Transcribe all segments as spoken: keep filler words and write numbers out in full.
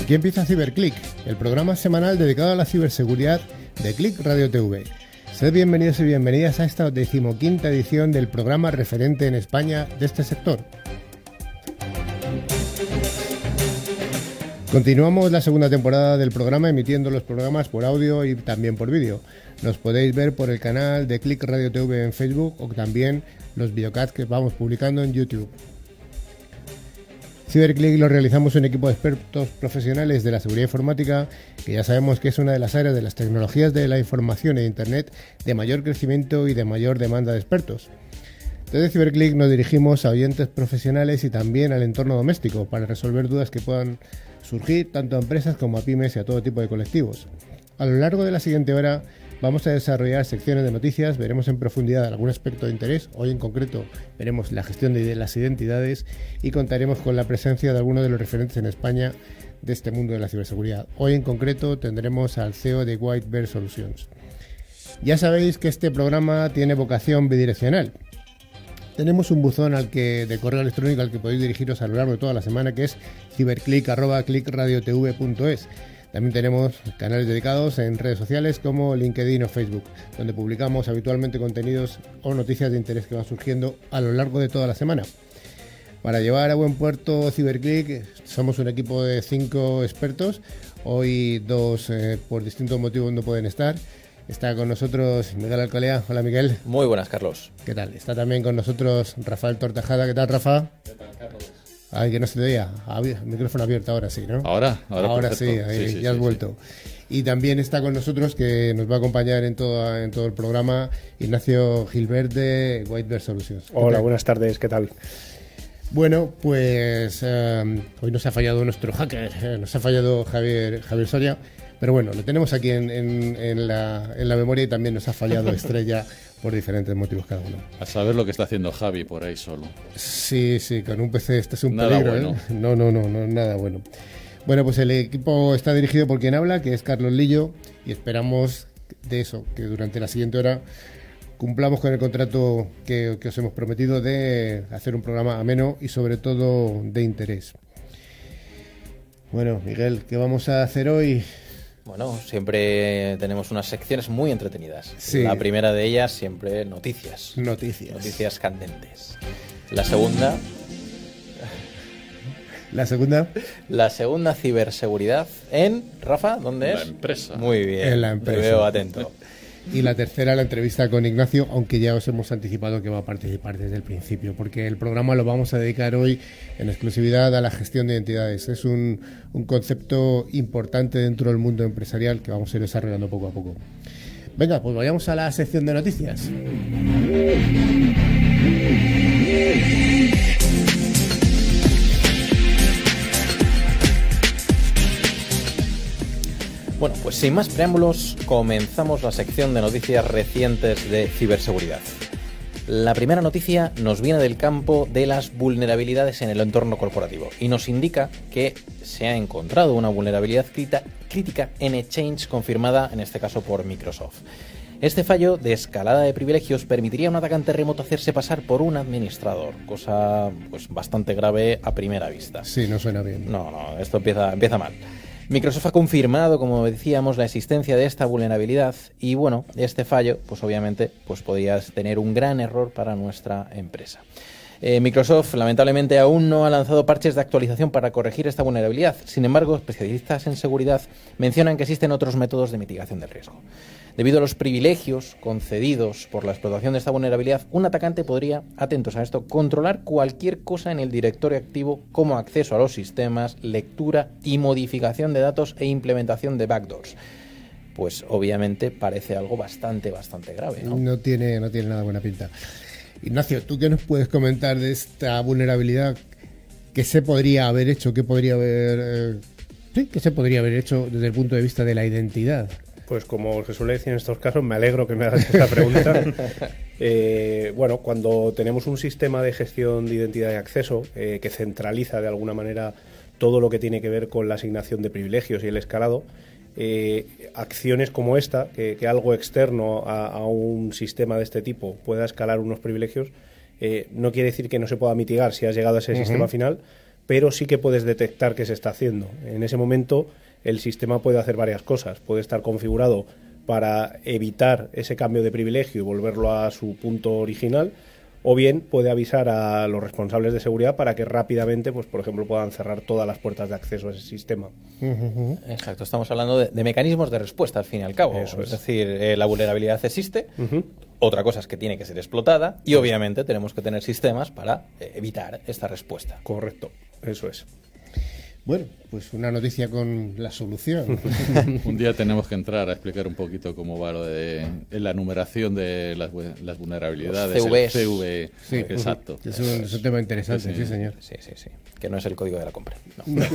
Aquí empieza CiberClick, el programa semanal dedicado a la ciberseguridad de Click Radio T V. Sed bienvenidos y bienvenidas a esta decimoquinta edición del programa referente en España de este sector. Continuamos la segunda temporada del programa emitiendo los programas por audio y también por vídeo. Nos podéis ver por el canal de Click Radio T V en Facebook o también los videocasts que vamos publicando en YouTube. CiberClick lo realizamos un equipo de expertos profesionales de la seguridad informática, que ya sabemos que es una de las áreas de las tecnologías de la información e Internet de mayor crecimiento y de mayor demanda de expertos. Desde CiberClick nos dirigimos a oyentes profesionales y también al entorno doméstico para resolver dudas que puedan surgir tanto a empresas como a pymes y a todo tipo de colectivos. A lo largo de la siguiente hora vamos a desarrollar secciones de noticias, veremos en profundidad algún aspecto de interés. Hoy en concreto veremos la gestión de las identidades y contaremos con la presencia de algunos de los referentes en España de este mundo de la ciberseguridad. Hoy en concreto tendremos al C E O de White Bear Solutions. Ya sabéis que este programa tiene vocación bidireccional. Tenemos un buzón al que, de correo electrónico al que podéis dirigiros a lo largo de toda la semana, que es ciberclick arroba click radio t v punto es. También tenemos canales dedicados en redes sociales como LinkedIn o Facebook, donde publicamos habitualmente contenidos o noticias de interés que van surgiendo a lo largo de toda la semana. Para llevar a buen puerto CiberClick somos un equipo de cinco expertos. Hoy dos eh, por distintos motivos no pueden estar. Está con nosotros Miguel Alcolea. Hola, Miguel. Muy buenas, Carlos. ¿Qué tal? Está también con nosotros Rafael Tortajada. ¿Qué tal, Rafa? ¿Qué tal, Carlos? Ay, que no se te veía. Micrófono abierto, ahora sí, ¿no? Ahora, ahora, ahora sí, ahí, sí, sí, ya has sí, vuelto. Sí. Y también está con nosotros, que nos va a acompañar en todo, en todo el programa, Ignacio Gilbert de White Bear Solutions. Hola, buenas tardes, ¿qué tal? Bueno, pues eh, hoy nos ha fallado nuestro hacker, eh, nos ha fallado Javier, Javier Soria, pero bueno, lo tenemos aquí en, en, en, la, en la memoria y también nos ha fallado Estrella por diferentes motivos cada uno. A saber lo que está haciendo Javi por ahí solo. Sí, sí, con un P C este es un nada peligro, bueno. ¿eh? No, no, no, no, nada bueno. Bueno, pues el equipo está dirigido por quien habla, que es Carlos Lillo, y esperamos de eso, que durante la siguiente hora cumplamos con el contrato que, que os hemos prometido de hacer un programa ameno y sobre todo de interés. Bueno, Miguel, ¿qué vamos a hacer hoy? Bueno, siempre tenemos unas secciones muy entretenidas. Sí. La primera de ellas siempre noticias. Noticias. Noticias candentes. La segunda... ¿La segunda? La segunda, ciberseguridad en... Rafa, ¿dónde es? La empresa. Muy bien. En la empresa. Te veo atento. Y la tercera, la entrevista con Ignacio, aunque ya os hemos anticipado que va a participar desde el principio, porque el programa lo vamos a dedicar hoy en exclusividad a la gestión de identidades. Es un, un concepto importante dentro del mundo empresarial que vamos a ir desarrollando poco a poco. Venga, pues vayamos a la sección de noticias. Bueno, pues sin más preámbulos, comenzamos la sección de noticias recientes de ciberseguridad. La primera noticia nos viene del campo de las vulnerabilidades en el entorno corporativo y nos indica que se ha encontrado una vulnerabilidad crítica en Exchange confirmada, en este caso por Microsoft. Este fallo de escalada de privilegios permitiría a un atacante remoto hacerse pasar por un administrador, cosa pues bastante grave a primera vista. Sí, no suena bien. No, no, esto empieza, empieza mal. Microsoft ha confirmado, como decíamos, la existencia de esta vulnerabilidad y, bueno, este fallo, pues obviamente, pues podría tener un gran error para nuestra empresa. Eh, Microsoft, lamentablemente, aún no ha lanzado parches de actualización para corregir esta vulnerabilidad. Sin embargo, especialistas en seguridad mencionan que existen otros métodos de mitigación del riesgo. Debido a los privilegios concedidos por la explotación de esta vulnerabilidad, un atacante podría, atentos a esto, controlar cualquier cosa en el directorio activo, como acceso a los sistemas, lectura y modificación de datos e implementación de backdoors. Pues obviamente parece algo bastante, bastante grave, ¿no? No tiene, no tiene nada buena pinta. Ignacio, ¿tú qué nos puedes comentar de esta vulnerabilidad? ¿Qué se podría haber hecho? ¿Qué podría haber, eh, sí, qué se podría haber hecho desde el punto de vista de la identidad? Pues como se suele decir en estos casos, me alegro que me hagas esta pregunta. eh, bueno, cuando tenemos un sistema de gestión de identidad y acceso eh, que centraliza de alguna manera todo lo que tiene que ver con la asignación de privilegios y el escalado, eh, acciones como esta, que, que algo externo a, a un sistema de este tipo pueda escalar unos privilegios, eh, no quiere decir que no se pueda mitigar si has llegado a ese uh-huh. sistema final, pero sí que puedes detectar qué se está haciendo. En ese momento el sistema puede hacer varias cosas. Puede estar configurado para evitar ese cambio de privilegio y volverlo a su punto original, o bien puede avisar a los responsables de seguridad para que rápidamente, pues por ejemplo, puedan cerrar todas las puertas de acceso a ese sistema. Uh-huh. Exacto, estamos hablando de, de mecanismos de respuesta al fin y al cabo. Eso es. Es decir, eh, la vulnerabilidad existe, Uh-huh. otra cosa es que tiene que ser explotada y obviamente tenemos que tener sistemas para eh, evitar esta respuesta. Correcto, eso es. Bueno, pues una noticia con la solución. Un día tenemos que entrar a explicar un poquito cómo va lo de la numeración de las, las vulnerabilidades. Los C V Es. El C V, Sí, exacto. Es un, es un tema interesante, sí, Sí, sí. señor. Sí, sí, sí. Que no es el código de la compra. No.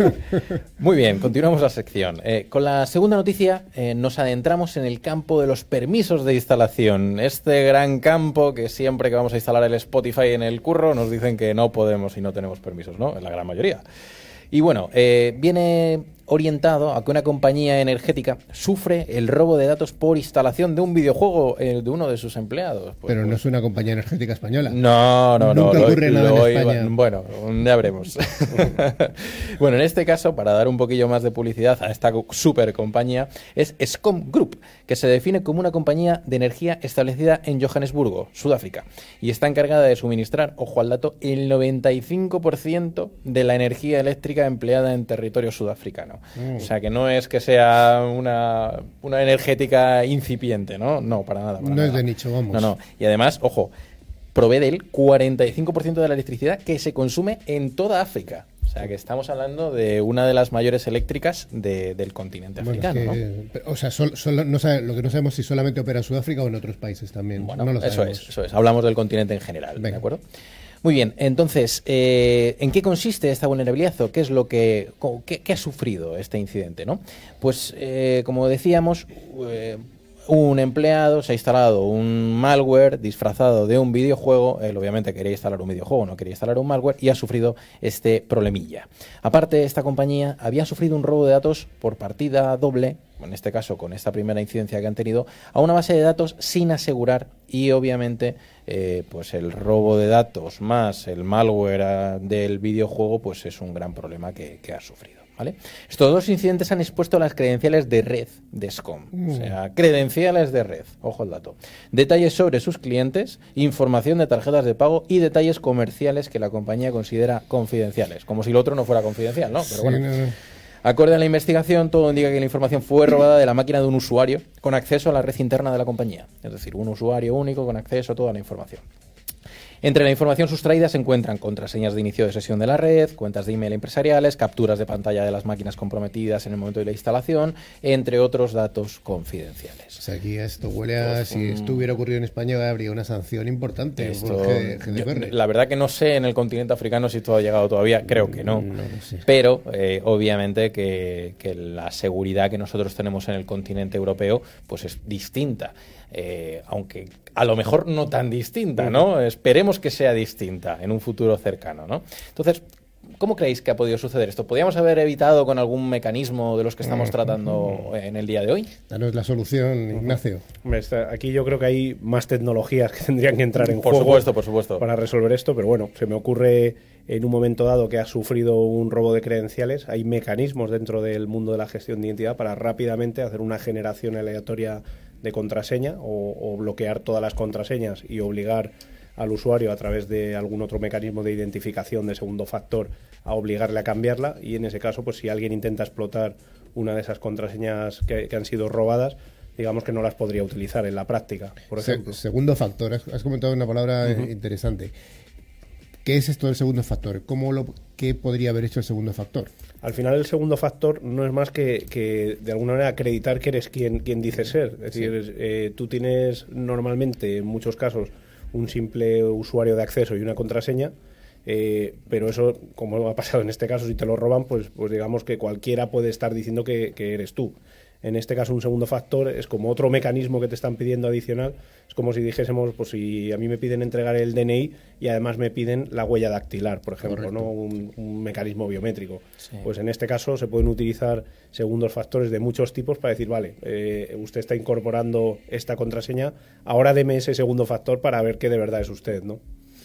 Muy bien, continuamos la sección. Eh, con la segunda noticia eh, nos adentramos en el campo de los permisos de instalación. Este gran campo que siempre que vamos a instalar el Spotify en el curro nos dicen que no podemos y no tenemos permisos, ¿no? En la gran mayoría. Y bueno, eh, viene orientado a que una compañía energética sufre el robo de datos por instalación de un videojuego eh, de uno de sus empleados. Pues, Pero no pues, es una compañía energética española. No, no, no. Nunca lo- ocurre nada en lo España. iba- Bueno, ya veremos. Bueno, en este caso, para dar un poquillo más de publicidad a esta super compañía, es Scom Group, que se define como una compañía de energía establecida en Johannesburgo, Sudáfrica, y está encargada de suministrar, ojo al dato, el noventa y cinco por ciento de la energía eléctrica empleada en territorio sudafricano. Mm. O sea, que no es que sea una, una energética incipiente, ¿no? No, para nada. Para No nada. es de nicho, vamos. No, no. Y además, ojo, provee del cuarenta y cinco por ciento de la electricidad que se consume en toda África. O sea, que estamos hablando de una de las mayores eléctricas de- del continente Bueno, es africano, que, ¿no? pero, o sea, sol- solo- no sabe- lo que no sabemos si solamente opera en Sudáfrica o en otros países también. Bueno, no lo eso sabemos. es, eso es. Hablamos del continente en general, Venga. ¿de acuerdo? Muy bien, entonces, eh, ¿en qué consiste esta vulnerabilidad o qué es lo que, co- qué, qué ha sufrido este incidente, no? Pues, eh, como decíamos, eh, un empleado se ha instalado un malware disfrazado de un videojuego. Él obviamente quería instalar un videojuego, no quería instalar un malware, y ha sufrido este problemilla. Aparte, esta compañía había sufrido un robo de datos por partida doble, en este caso con esta primera incidencia que han tenido, a una base de datos sin asegurar, y obviamente eh, pues el robo de datos más el malware ah, del videojuego pues es un gran problema que, que ha sufrido. ¿Vale? Estos dos incidentes han expuesto las credenciales de red de Scom. O sea, credenciales de red, ojo al dato. Detalles sobre sus clientes, información de tarjetas de pago y detalles comerciales que la compañía considera confidenciales. Como si lo otro no fuera confidencial, ¿no? Pero Sí, bueno. no, no. Acorde a la investigación, todo indica que la información fue robada de la máquina de un usuario con acceso a la red interna de la compañía. Es decir, un usuario único con acceso a toda la información. Entre la información sustraída se encuentran contraseñas de inicio de sesión de la red, cuentas de email empresariales, capturas de pantalla de las máquinas comprometidas en el momento de la instalación, entre otros datos confidenciales. O sea, aquí esto huele a... Pues, si mm, esto hubiera ocurrido en España habría una sanción importante Esto- por G- G D P R. yo- la verdad que no sé en el continente africano si esto ha llegado todavía, creo que no. No lo sé. Pero eh, obviamente que, que la seguridad que nosotros tenemos en el continente europeo pues es distinta. Eh, aunque a lo mejor no tan distinta, ¿no? Esperemos que sea distinta en un futuro cercano, ¿no? Entonces, ¿cómo creéis que ha podido suceder esto? ¿Podríamos haber evitado con algún mecanismo de los que estamos tratando en el día de hoy? Danos la solución, Ignacio. Hombre, está- Aquí yo creo que hay más tecnologías que tendrían que entrar en Por juego supuesto, por supuesto. para resolver esto, pero bueno, se me ocurre en un momento dado que has sufrido un robo de credenciales, hay mecanismos dentro del mundo de la gestión de identidad para rápidamente hacer una generación aleatoria de contraseña o, o bloquear todas las contraseñas y obligar al usuario a través de algún otro mecanismo de identificación de segundo factor a obligarle a cambiarla, y en ese caso, pues si alguien intenta explotar una de esas contraseñas que, que han sido robadas, digamos que no las podría utilizar en la práctica, por Se- ejemplo. segundo factor, has, has comentado una palabra eh, interesante. ¿Qué es esto del segundo factor? ¿Cómo lo, ¿Qué podría haber hecho el segundo factor? Al final el segundo factor no es más que, que de alguna manera acreditar que eres quien, quien dices ser. Es decir, eh, tú tienes normalmente, en muchos casos, un simple usuario de acceso y una contraseña, eh, pero eso, como ha pasado en este caso, si te lo roban, pues, pues digamos que cualquiera puede estar diciendo que, que eres tú. En este caso, un segundo factor es como otro mecanismo que te están pidiendo adicional. Es como si dijésemos, pues si a mí me piden entregar el D N I y además me piden la huella dactilar, por ejemplo, Correcto. ¿no? Un, un mecanismo biométrico. Sí. Pues en este caso se pueden utilizar segundos factores de muchos tipos para decir, vale, eh, usted está incorporando esta contraseña, ahora deme ese segundo factor para ver que de verdad es usted, ¿no?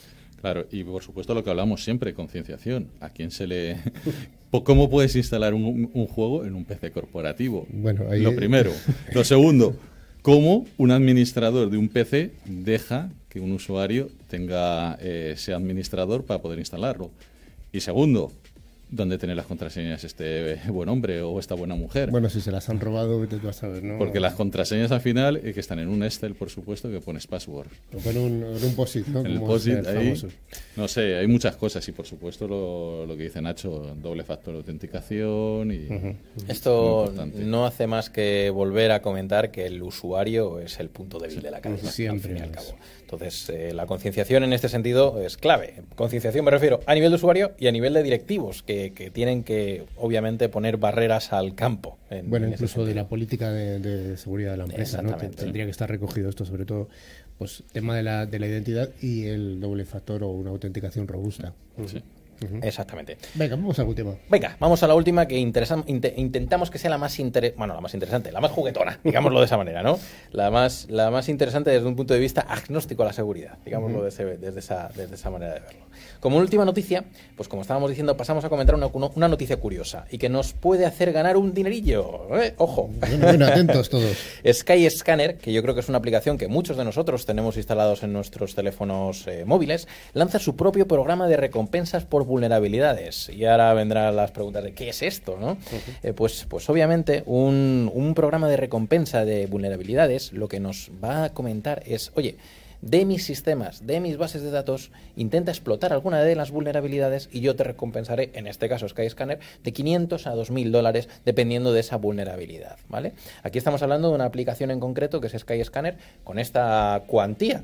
Claro, y por supuesto lo que hablamos siempre, concienciación. ¿A quién se le...? ¿Cómo puedes instalar un, un juego en un P C corporativo? Bueno, ahí... Lo primero. Lo segundo, ¿cómo un administrador de un P C deja que un usuario tenga eh, sea administrador para poder instalarlo? Y segundo, ¿dónde tiene las contraseñas este buen hombre o esta buena mujer? Bueno, si se las han robado, vete tú a saber, ¿no? Porque las contraseñas al final, eh, que están en un Excel, por supuesto, que pones password. O en un, en un POSIT, ¿no? En el Como POSIT, el ahí, famoso. no sé, hay muchas cosas y por supuesto lo, lo que dice Nacho, doble factor de autenticación y... Uh-huh. Esto no hace más que volver a comentar que el usuario es el punto débil de la cadena, siempre al fin y al es. cabo. Entonces, eh, la concienciación en este sentido es clave. Concienciación me refiero a nivel de usuario y a nivel de directivos, que, que tienen que, obviamente, poner barreras al campo. En, Bueno, en ese incluso de sentido. la política de, de seguridad de la empresa, ¿no? Exactamente. Tendría que estar recogido esto, sobre todo, pues tema de la, de la identidad y el doble factor o una autenticación robusta. Sí. Uh-huh. Exactamente. Venga, vamos al último. Venga, vamos a la última que interesa, inte- intentamos que sea la más inter- bueno, la más interesante, la más juguetona, digámoslo de esa manera, ¿no? La más, la más interesante desde un punto de vista agnóstico a la seguridad, digámoslo de ese- desde, esa, desde esa manera de verlo. Como última noticia, pues como estábamos diciendo, pasamos a comentar una, una noticia curiosa y que nos puede hacer ganar un dinerillo. ¿eh? Ojo. Bueno, bueno, atentos todos. Skyscanner, que yo creo que es una aplicación que muchos de nosotros tenemos instalados en nuestros teléfonos eh, móviles, lanza su propio programa de recompensas por vulnerabilidades. Y ahora vendrán las preguntas de ¿qué es esto? ¿no? Uh-huh. eh, pues, pues obviamente un, un programa de recompensa de vulnerabilidades lo que nos va a comentar es, oye, de mis sistemas, de mis bases de datos, intenta explotar alguna de las vulnerabilidades y yo te recompensaré, en este caso Skyscanner, de quinientos a dos mil dólares dependiendo de esa vulnerabilidad, ¿vale? Aquí estamos hablando de una aplicación en concreto que es Skyscanner con esta cuantía.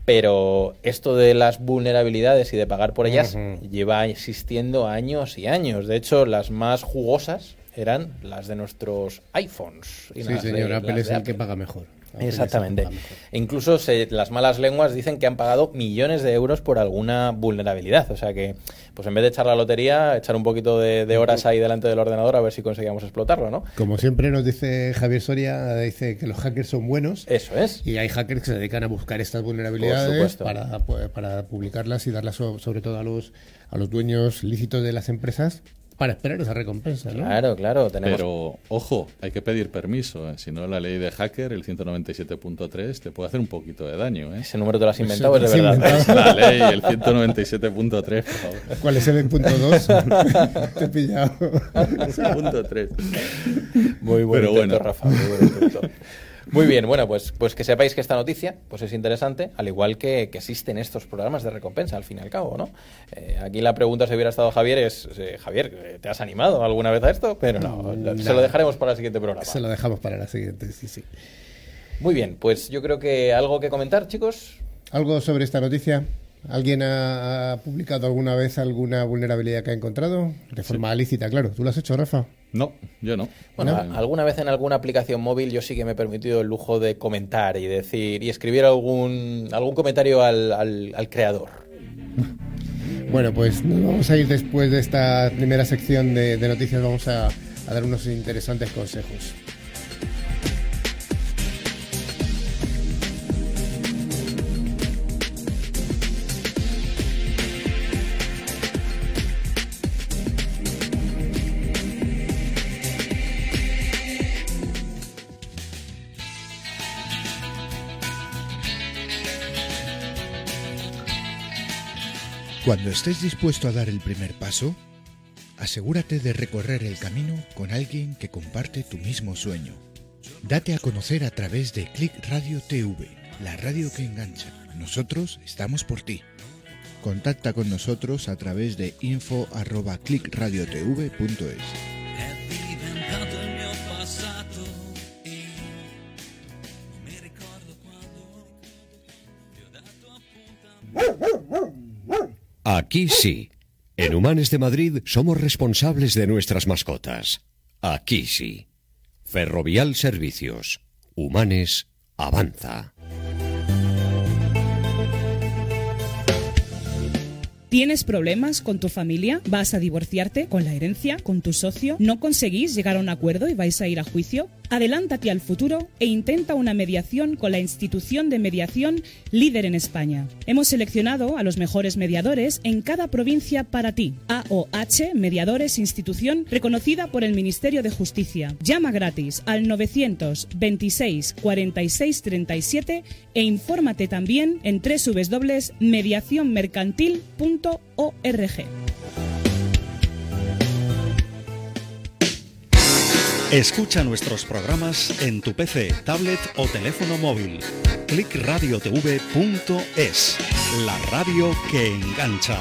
Pero esto de las vulnerabilidades y de pagar por ellas uh-huh. lleva existiendo años y años. De hecho, las más jugosas eran las de nuestros iPhones. Y sí, las señor, de, Apple las es de el Apple. que paga mejor. Apple Exactamente. paga mejor. E incluso se, las malas lenguas dicen que han pagado millones de euros por alguna vulnerabilidad. O sea que, pues en vez de echar la lotería, echar un poquito de, de horas ahí delante del ordenador a ver si conseguíamos explotarlo, ¿no? Como siempre nos dice Javier Soria, dice que los hackers son buenos. Eso es. Y hay hackers que se dedican a buscar estas vulnerabilidades para, para publicarlas y darlas sobre todo a los, a los dueños lícitos de las empresas para esperar esa recompensa, ¿no? Claro, claro. Tenemos... Pero, ojo, hay que pedir permiso. ¿eh? Si no, la ley de hacker, el ciento noventa y siete punto tres, te puede hacer un poquito de daño. ¿eh? Ese número te lo has inventado, es de Sí, verdad. Es la ley, el ciento noventa y siete punto tres, por favor. ¿Cuál es el punto dos? Te he pillado. punto tres. Muy buen Pero intento, bueno. Rafa, muy buen intento. Muy bien, bueno, pues, pues que sepáis que esta noticia pues es interesante, al igual que, que existen estos programas de recompensa, al fin y al cabo, ¿no? Eh, aquí la pregunta, si hubiera estado Javier, es, eh, Javier, ¿te has animado alguna vez a esto? Pero no, No, se nada. lo dejaremos para el siguiente programa. Se lo dejamos para la siguiente, sí, sí. Muy bien, pues yo creo que algo que comentar, chicos. ¿Algo sobre esta noticia? ¿Alguien ha, ha publicado alguna vez alguna vulnerabilidad que ha encontrado? De forma sí. lícita, claro. ¿Tú lo has hecho, Rafa? No, yo no. Bueno, no. a- alguna vez en alguna aplicación móvil yo sí que me he permitido el lujo de comentar y decir y escribir algún algún comentario al, al, al creador. Bueno, pues nos vamos a ir después de esta primera sección de, de noticias. Vamos a, a dar unos interesantes consejos. Cuando estés dispuesto a dar el primer paso, asegúrate de recorrer el camino con alguien que comparte tu mismo sueño. Date a conocer a través de Click Radio T V, la radio que engancha. Nosotros estamos por ti. Contacta con nosotros a través de info arroba click radio t v punto es. È diventato il mio passato e non mi ricordo quando ti ho dato appuntamento. Aquí sí. En Humanes de Madrid somos responsables de nuestras mascotas. Aquí sí. Ferrovial Servicios. Humanes avanza. ¿Tienes problemas con tu familia? ¿Vas a divorciarte? ¿Con la herencia? ¿Con tu socio? ¿No conseguís llegar a un acuerdo y vais a ir a juicio? Adelántate al futuro e intenta una mediación con la institución de mediación líder en España. Hemos seleccionado a los mejores mediadores en cada provincia para ti. A O H Mediadores, institución reconocida por el Ministerio de Justicia. Llama gratis al novecientos veintiséis cuarenta y seis treinta y siete e infórmate también en doble u doble u doble u punto mediación mercantil punto org. Escucha nuestros programas en tu P C, tablet o teléfono móvil. clic radio t v punto es, la radio que engancha.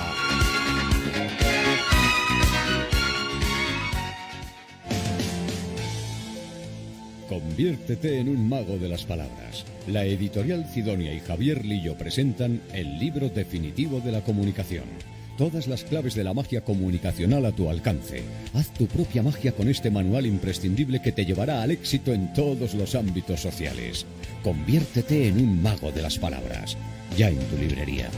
Conviértete en un mago de las palabras. La editorial Cidonia y Javier Lillo presentan el libro definitivo de la comunicación. Todas las claves de la magia comunicacional a tu alcance. Haz tu propia magia con este manual imprescindible que te llevará al éxito en todos los ámbitos sociales. Conviértete en un mago de las palabras. Ya en tu librería.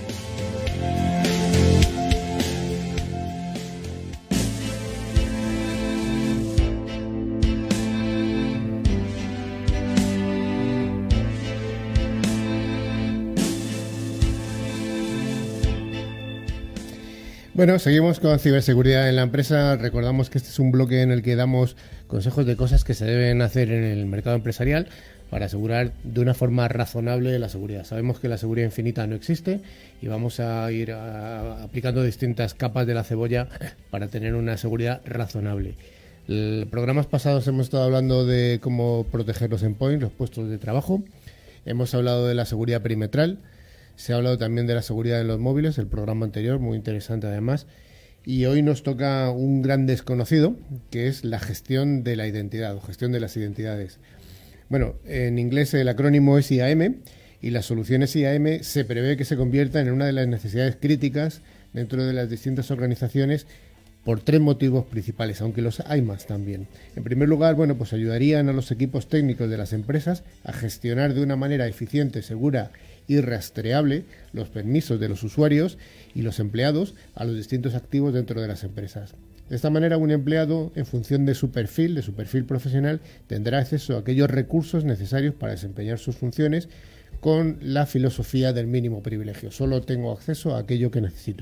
Bueno, seguimos con ciberseguridad en la empresa. Recordamos que este es un bloque en el que damos consejos de cosas que se deben hacer en el mercado empresarial para asegurar de una forma razonable la seguridad. Sabemos que la seguridad infinita no existe y vamos a ir a, aplicando distintas capas de la cebolla para tener una seguridad razonable. En programas pasados hemos estado hablando de cómo proteger los endpoints, los puestos de trabajo. Hemos hablado de la seguridad perimetral. Se ha hablado también de la seguridad en los móviles, el programa anterior, muy interesante además. Y hoy nos toca un gran desconocido, que es la gestión de la identidad o gestión de las identidades. Bueno, en inglés el acrónimo es I A M y las soluciones I A M se prevé que se conviertan en una de las necesidades críticas dentro de las distintas organizaciones por tres motivos principales, aunque los hay más también. En primer lugar, bueno, pues ayudarían a los equipos técnicos de las empresas a gestionar de una manera eficiente, segura y rastreable los permisos de los usuarios y los empleados a los distintos activos dentro de las empresas. De esta manera, un empleado, en función de su perfil, de su perfil profesional, tendrá acceso a aquellos recursos necesarios para desempeñar sus funciones con la filosofía del mínimo privilegio. Solo tengo acceso a aquello que necesito.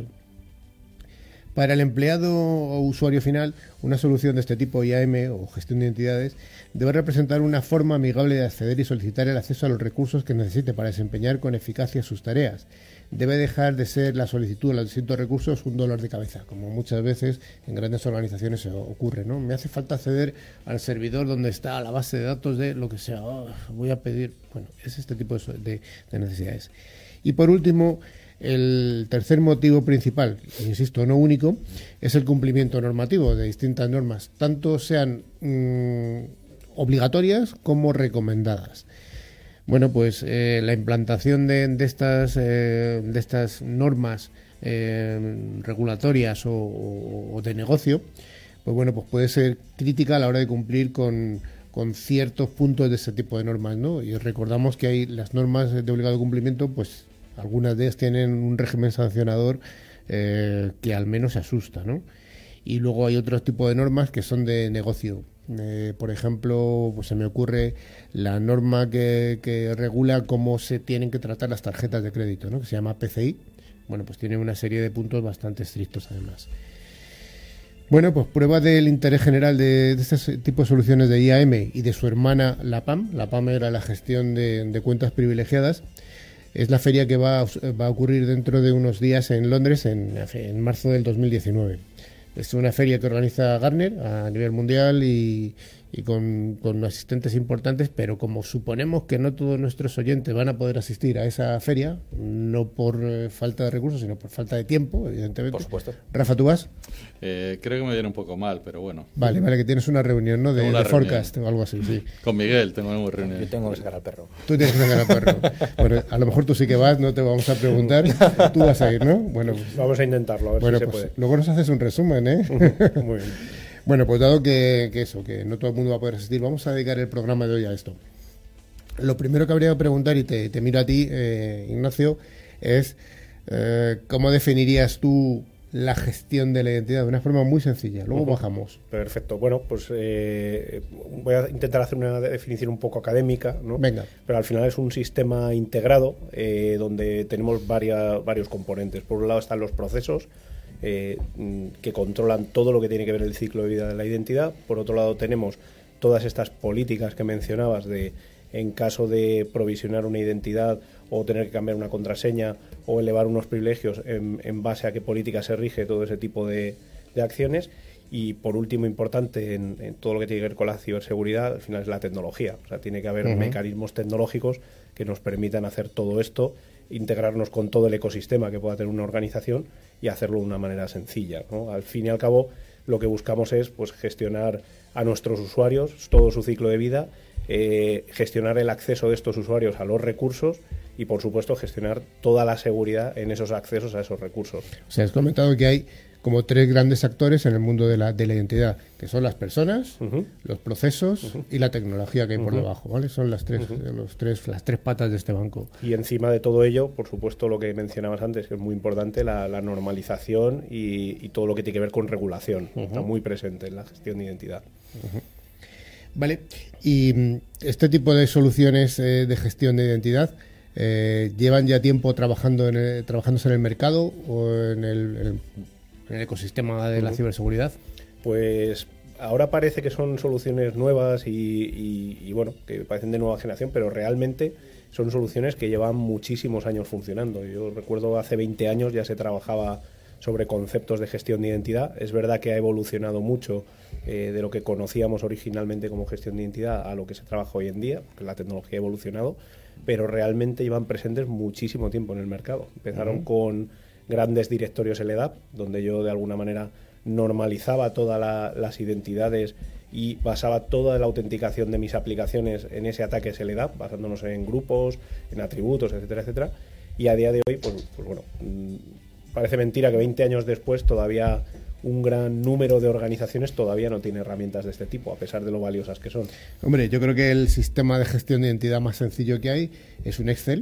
Para el empleado o usuario final, una solución de este tipo I A M o gestión de identidades debe representar una forma amigable de acceder y solicitar el acceso a los recursos que necesite para desempeñar con eficacia sus tareas. Debe dejar de ser la solicitud a los distintos recursos un dolor de cabeza, como muchas veces en grandes organizaciones ocurre, ¿no? Me hace falta acceder al servidor donde está la base de datos de lo que sea. Oh, voy a pedir... Bueno, es este tipo de, de necesidades. Y por último, el tercer motivo principal, insisto, no único, es el cumplimiento normativo de distintas normas, tanto sean mmm, obligatorias como recomendadas. Bueno, pues eh, la implantación de, de, estas, eh, de estas normas eh, regulatorias o, o, o de negocio, pues bueno, pues puede ser crítica a la hora de cumplir con, con ciertos puntos de ese tipo de normas, ¿no? Y recordamos que hay las normas de obligado cumplimiento, pues algunas de ellas tienen un régimen sancionador eh, que al menos asusta, ¿no? Y luego hay otros tipos de normas que son de negocio. Eh, por ejemplo, pues se me ocurre la norma que, que regula cómo se tienen que tratar las tarjetas de crédito, ¿no? Que se llama P C I. Bueno, pues tiene una serie de puntos bastante estrictos además. Bueno, pues prueba del interés general de, de este tipo de soluciones de I A M y de su hermana la P A M. La P A M era la gestión de, de cuentas privilegiadas. Es la feria que va a, va a ocurrir dentro de unos días en Londres, en, en marzo del dos mil diecinueve. Es una feria que organiza Gartner a nivel mundial y, y con, con asistentes importantes, pero como suponemos que no todos nuestros oyentes van a poder asistir a esa feria, no por eh, falta de recursos, sino por falta de tiempo, evidentemente. Por supuesto. Rafa, ¿tú vas? Eh, creo que me viene un poco mal, pero bueno. Vale, vale, que tienes una reunión, ¿no? De, una de reunión. forecast o algo así, sí. Con Miguel tengo una reunión. Yo tengo que sacar al perro. Tú tienes que sacar al perro. Bueno, a lo mejor tú sí que vas, no te vamos a preguntar. Tú vas a ir, ¿no? Bueno, pues, vamos a intentarlo, a ver bueno, si pues, se puede. Luego nos haces un resumen, ¿eh? Muy bien. Bueno, pues dado que, que eso, que no todo el mundo va a poder asistir, vamos a dedicar el programa de hoy a esto. Lo primero que habría que preguntar, y te, te miro a ti, eh, Ignacio, es eh, ¿cómo definirías tú la gestión de la identidad de una forma muy sencilla. Luego Uh-huh. bajamos. Perfecto. Bueno, pues eh, voy a intentar hacer una definición un poco académica, ¿no? Venga. Pero al final es un sistema integrado eh, donde tenemos varias, varios componentes. Por un lado están los procesos eh, que controlan todo lo que tiene que ver el ciclo de vida de la identidad. Por otro lado tenemos todas estas políticas que mencionabas de en caso de provisionar una identidad o tener que cambiar una contraseña o elevar unos privilegios en, en base a qué política se rige todo ese tipo de, de acciones. Y por último, importante en, en todo lo que tiene que ver con la ciberseguridad, al final es la tecnología. O sea, tiene que haber Uh-huh. mecanismos tecnológicos que nos permitan hacer todo esto, integrarnos con todo el ecosistema que pueda tener una organización y hacerlo de una manera sencilla, ¿no? Al fin y al cabo, lo que buscamos es pues gestionar a nuestros usuarios todo su ciclo de vida, eh, gestionar el acceso de estos usuarios a los recursos y, por supuesto, gestionar toda la seguridad en esos accesos a esos recursos. O sea, has comentado que hay como tres grandes actores en el mundo de la, de la identidad, que son las personas, Uh-huh. los procesos Uh-huh. y la tecnología que hay por Uh-huh. debajo, ¿vale? Son las tres, Uh-huh. los tres, las tres patas de este banco. Y encima de todo ello, por supuesto, lo que mencionabas antes, que es muy importante, la, la normalización y, y todo lo que tiene que ver con regulación. Uh-huh. Está muy presente en la gestión de identidad. Uh-huh. Vale, y mm, este tipo de soluciones eh, de gestión de identidad eh, llevan ya tiempo trabajando en el, trabajándose en el mercado o en el, en el, en el ecosistema de la Uh-huh. ciberseguridad. Pues ahora parece que son soluciones nuevas y, y, y, bueno, que parecen de nueva generación, pero realmente son soluciones que llevan muchísimos años funcionando. Yo recuerdo hace veinte años ya se trabajaba sobre conceptos de gestión de identidad. Es verdad que ha evolucionado mucho eh, de lo que conocíamos originalmente como gestión de identidad a lo que se trabaja hoy en día, porque la tecnología ha evolucionado, pero realmente llevan presentes muchísimo tiempo en el mercado. Empezaron Uh-huh. con grandes directorios L D A P, donde yo de alguna manera normalizaba todas la, las identidades y basaba toda la autenticación de mis aplicaciones en ese ataque L D A P, basándonos en grupos, en atributos, etcétera, etcétera. Y a día de hoy, pues, pues bueno, mmm, parece mentira que veinte años después todavía un gran número de organizaciones todavía no tiene herramientas de este tipo, a pesar de lo valiosas que son. Hombre, yo creo que el sistema de gestión de identidad más sencillo que hay es un Excel.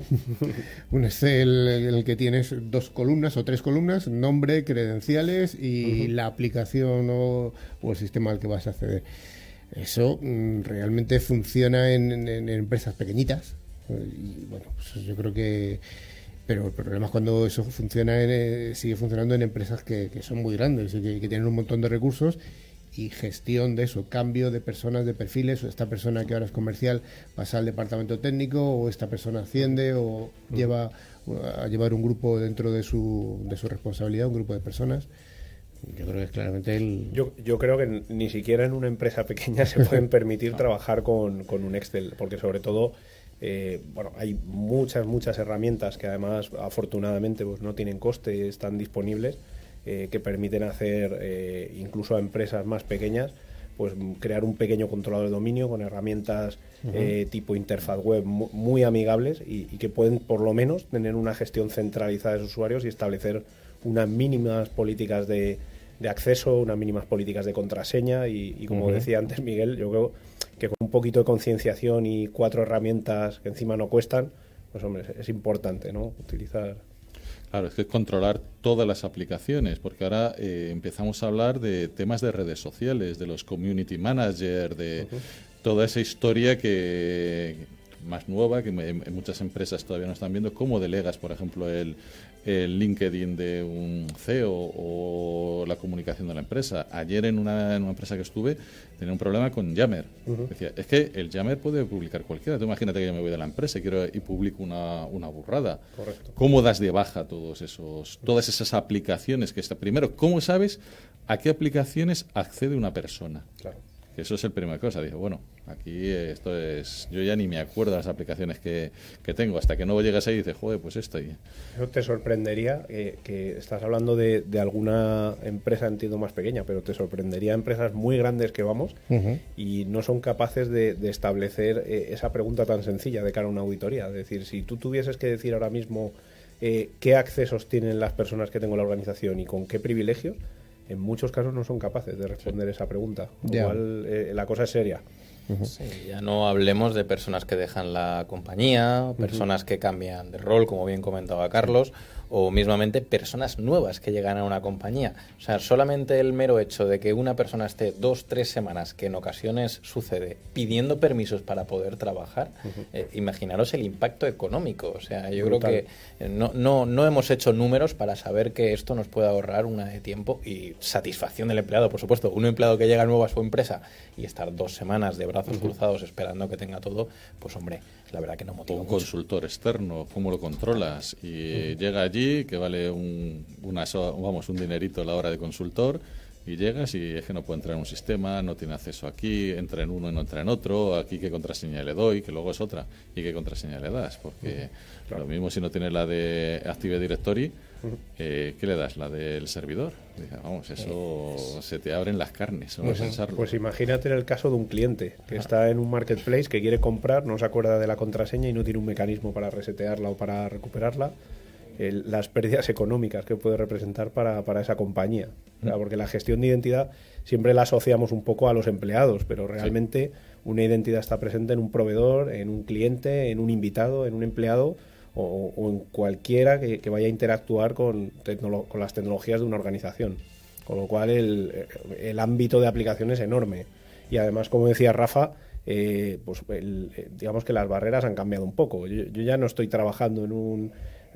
Un Excel en el que tienes dos columnas o tres columnas, nombre, credenciales y Uh-huh. la aplicación o, o el sistema al que vas a acceder. Eso mm, realmente funciona en, en- en empresas pequeñitas. Y bueno, pues yo creo que... Pero el problema es cuando eso funciona en, eh, sigue funcionando en empresas que, que son muy grandes y que, que tienen un montón de recursos y gestión de eso, cambio de personas, de perfiles, o esta persona que ahora es comercial pasa al departamento técnico, o esta persona asciende o Uh-huh. lleva a llevar un grupo dentro de su, de su responsabilidad, un grupo de personas. Yo creo que es claramente el... Yo, yo creo que ni siquiera en una empresa pequeña se pueden permitir trabajar con, con un Excel, porque sobre todo... Eh, bueno, hay muchas, muchas herramientas que además, afortunadamente, pues no tienen coste, están disponibles, eh, que permiten hacer, eh, incluso a empresas más pequeñas, pues crear un pequeño controlador de dominio con herramientas Uh-huh. eh, tipo interfaz web mu- muy amigables y, y que pueden, por lo menos, tener una gestión centralizada de sus usuarios y establecer unas mínimas políticas de, de acceso, unas mínimas políticas de contraseña y, y como Uh-huh. decía antes Miguel, yo creo que con un poquito de concienciación y cuatro herramientas que encima no cuestan, pues hombre, es, es importante, ¿no? Utilizar... Claro, es que controlar todas las aplicaciones, porque ahora eh, empezamos a hablar de temas de redes sociales, de los community managers, de Uh-huh. toda esa historia que más nueva, que me- en muchas empresas todavía no están viendo, cómo delegas, por ejemplo, el, el LinkedIn de un C E O o la comunicación de la empresa. Ayer en una, en una empresa que estuve tenía un problema con Yammer. Uh-huh. Decía, es que el Yammer puede publicar cualquiera. Tú imagínate que yo me voy de la empresa y, quiero, y publico una, una burrada. Correcto. ¿Cómo das de baja todos esos, todas esas aplicaciones que está? Primero, ¿cómo sabes a qué aplicaciones accede una persona? Claro. Que eso es el primera cosa. Dije, bueno, aquí esto es... Yo ya ni me acuerdo de las aplicaciones que, que tengo. Hasta que no llegas ahí y dices, joder, pues esto. Y... Eso te sorprendería, eh, que estás hablando de, de alguna empresa, entiendo, más pequeña, pero te sorprendería empresas muy grandes que vamos Uh-huh. y no son capaces de, de establecer eh, esa pregunta tan sencilla de cara a una auditoría. Es decir, si tú tuvieses que decir ahora mismo eh, qué accesos tienen las personas que tengo en la organización y con qué privilegios, en muchos casos no son capaces de responder esa pregunta. Con lo Ya. cual, eh, la cosa es seria. Sí, ya no hablemos de personas que dejan la compañía, personas que cambian de rol, como bien comentaba Carlos, o mismamente personas nuevas que llegan a una compañía. O sea, solamente el mero hecho de que una persona esté dos, tres semanas, que en ocasiones sucede, pidiendo permisos para poder trabajar, uh-huh. eh, imaginaros el impacto económico. O sea, yo Brutal. creo que no, no, no hemos hecho números para saber que esto nos puede ahorrar una de tiempo y satisfacción del empleado, por supuesto. Un empleado que llega nuevo a su empresa y estar dos semanas de brazos uh-huh. cruzados esperando que tenga todo, pues hombre, la verdad que no motiva un mucho. Consultor externo, ¿cómo lo controlas? Y uh-huh. llega allí, que vale un, una, vamos, un dinerito la hora de consultor, y llegas y es que no puede entrar en un sistema, no tiene acceso aquí, entra en uno y no entra en otro, aquí qué contraseña le doy, que luego es otra, y qué contraseña le das, porque uh-huh. claro. lo mismo si no tienes la de Active Directory, uh-huh. eh, ¿qué le das? La del servidor. Dije, vamos, eso se te abren las carnes, solo pues, pensarlo. Pues imagínate en el caso de un cliente que está en un marketplace, que quiere comprar, no se acuerda de la contraseña y no tiene un mecanismo para resetearla o para recuperarla. El, las pérdidas económicas que puede representar para, para esa compañía. O sea, porque la gestión de identidad siempre la asociamos un poco a los empleados, pero realmente sí. una identidad está presente en un proveedor, en un cliente, en un invitado, en un empleado o, o en cualquiera que, que vaya a interactuar con, tecnolo- con las tecnologías de una organización. Con lo cual el, el ámbito de aplicación es enorme. Y además, como decía Rafa, eh, pues el, digamos que las barreras han cambiado un poco. Yo, yo ya no estoy trabajando en un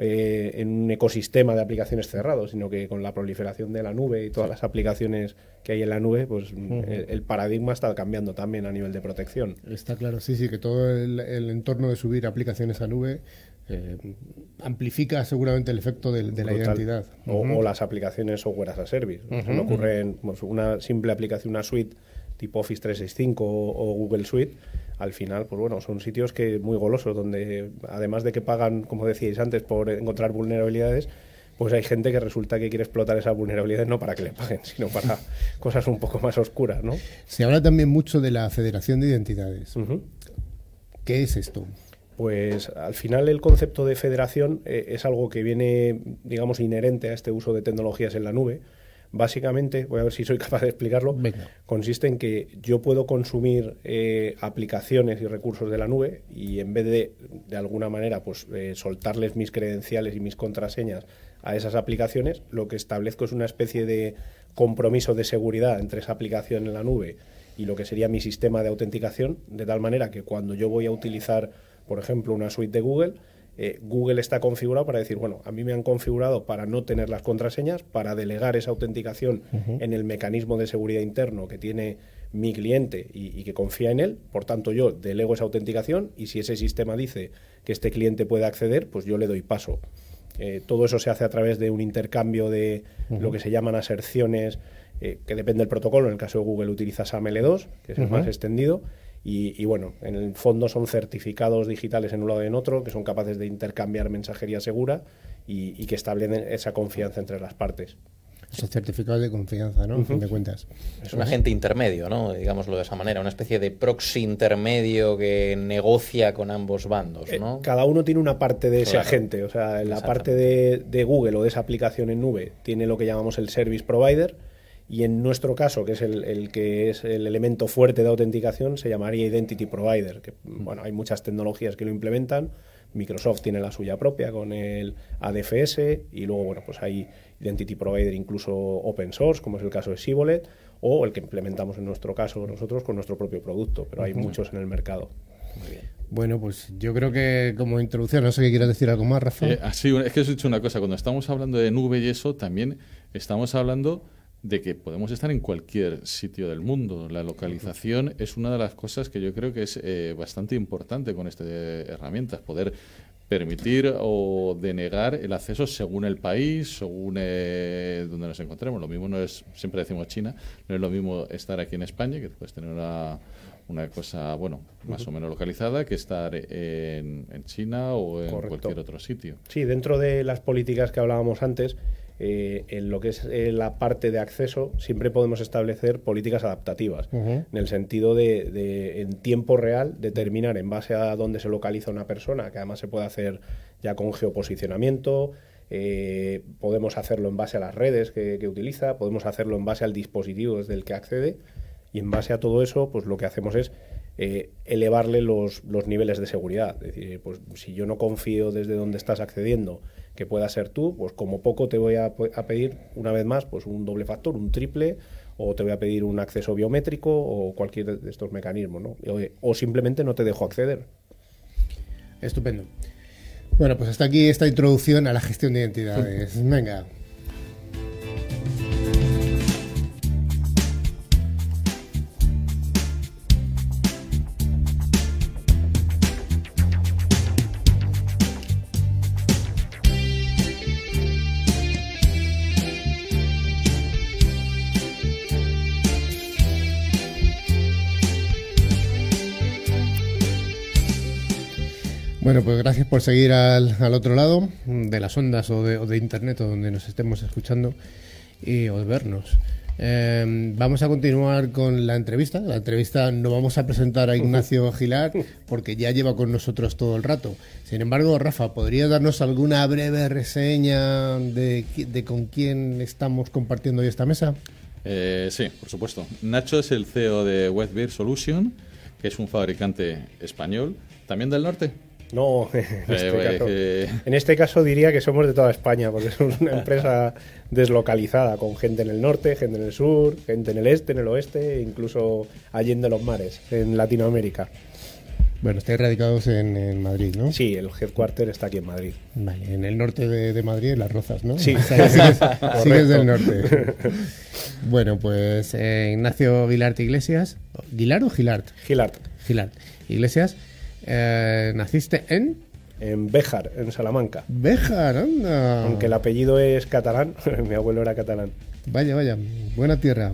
Eh, en un ecosistema de aplicaciones cerrado, sino que con la proliferación de la nube y todas las aplicaciones que hay en la nube, pues uh-huh. el, el paradigma está cambiando también a nivel de protección. Está claro, sí, sí, que todo el, el entorno de subir aplicaciones a nube eh, amplifica seguramente el efecto de, de la identidad. O, uh-huh. o las aplicaciones software as a service. Uh-huh. Se me ocurre en, pues, una simple aplicación, una suite tipo Office trescientos sesenta y cinco o, o Google Suite. Al final, pues bueno, son sitios que muy golosos, donde además de que pagan, como decíais antes, por encontrar vulnerabilidades, pues hay gente que resulta que quiere explotar esas vulnerabilidades no para que le paguen, sino para cosas un poco más oscuras, ¿no? Se habla también mucho de la Federación de Identidades. Uh-huh. ¿Qué es esto? Pues al final el concepto de federación eh, es algo que viene, digamos, inherente a este uso de tecnologías en la nube. Básicamente, voy a ver si soy capaz de explicarlo, Venga. consiste en que yo puedo consumir eh, aplicaciones y recursos de la nube y en vez de, de alguna manera, pues eh, soltarles mis credenciales y mis contraseñas a esas aplicaciones, lo que establezco es una especie de compromiso de seguridad entre esa aplicación en la nube y lo que sería mi sistema de autenticación, de tal manera que cuando yo voy a utilizar, por ejemplo, una suite de Google, Eh, Google está configurado para decir, bueno, a mí me han configurado para no tener las contraseñas, para delegar esa autenticación uh-huh. en el mecanismo de seguridad interno que tiene mi cliente y, y que confía en él. Por tanto, yo delego esa autenticación y si ese sistema dice que este cliente puede acceder, pues yo le doy paso. Eh, todo eso se hace a través de un intercambio de uh-huh. lo que se llaman aserciones, eh, que depende del protocolo. En el caso de Google utiliza S A M L dos, que es uh-huh. el más extendido. Y, y bueno, en el fondo son certificados digitales en un lado y en otro que son capaces de intercambiar mensajería segura y, y que establecen esa confianza entre las partes. Esos certificados de confianza, ¿no? Uh-huh. En fin de cuentas. Es un agente intermedio, ¿no? Digámoslo de esa manera, una especie de proxy intermedio que negocia con ambos bandos, ¿no? Eh, cada uno tiene una parte de ese claro. agente, o sea, en la parte de, de Google o de esa aplicación en nube tiene lo que llamamos el service provider. Y en nuestro caso, que es el, el que es el elemento fuerte de autenticación, se llamaría Identity Provider, que bueno, hay muchas tecnologías que lo implementan. Microsoft tiene la suya propia con el A D F S y luego bueno, pues hay Identity Provider incluso open source, como es el caso de Sibolet, o el que implementamos en nuestro caso nosotros con nuestro propio producto, pero hay uh-huh. muchos en el mercado. Muy bien. Bueno, pues yo creo que como introducción, no sé qué quieras decir algo más, Rafa. Eh, así, es que os he dicho una cosa, cuando estamos hablando de nube y eso, también estamos hablando de que podemos estar en cualquier sitio del mundo. La localización es una de las cosas que yo creo que es eh, bastante importante con estas herramientas, poder permitir o denegar el acceso según el país, según eh, donde nos encontremos. Lo mismo no es, siempre decimos China, no es lo mismo estar aquí en España, que puedes tener una, una cosa, bueno, más uh-huh. o menos localizada, que estar en, en China o en Correcto. Cualquier otro sitio. Sí, dentro de las políticas que hablábamos antes, Eh, en lo que es eh, la parte de acceso siempre podemos establecer políticas adaptativas uh-huh. en el sentido de, de en tiempo real determinar en base a dónde se localiza una persona, que además se puede hacer ya con geoposicionamiento, eh, podemos hacerlo en base a las redes que, que utiliza, podemos hacerlo en base al dispositivo desde el que accede y en base a todo eso pues lo que hacemos es eh, elevarle los, los niveles de seguridad. Es decir, pues si yo no confío desde donde estás accediendo que pueda ser tú, pues como poco te voy a, a pedir una vez más pues un doble factor, un triple, o te voy a pedir un acceso biométrico o cualquier de estos mecanismos, ¿no? O, o simplemente no te dejo acceder. Estupendo. Bueno, pues hasta aquí esta introducción a la gestión de identidades. Venga. Bueno, pues gracias por seguir al, al otro lado de las ondas o de, o de internet o donde nos estemos escuchando y o vernos. Eh, vamos a continuar con la entrevista. La entrevista no vamos a presentar a Ignacio Gilar porque ya lleva con nosotros todo el rato. Sin embargo, Rafa, ¿podrías darnos alguna breve reseña de, de con quién estamos compartiendo hoy esta mesa? Eh, sí, por supuesto. Nacho es el C E O de Webbeer Solution, que es un fabricante español, también del norte. No, en este, Eh, caso, eh, en este caso diría que somos de toda España, porque somos una empresa deslocalizada, con gente en el norte, gente en el sur, gente en el este, en el oeste, e incluso allende los mares, en Latinoamérica. Bueno, estáis radicados en, en Madrid, ¿no? Sí, el headquarter está aquí en Madrid. Vale, en el norte de, de Madrid, en Las Rozas, ¿no? Sí. O sea, sigues, sigues del norte. Bueno, pues eh, Ignacio Gilart Iglesias. ¿Gilart o Gilart? Gilart. Gilart Iglesias. Eh, ¿Naciste en? En Béjar, en Salamanca. Béjar, anda. Aunque el apellido es catalán, mi abuelo era catalán. Vaya, vaya, buena tierra.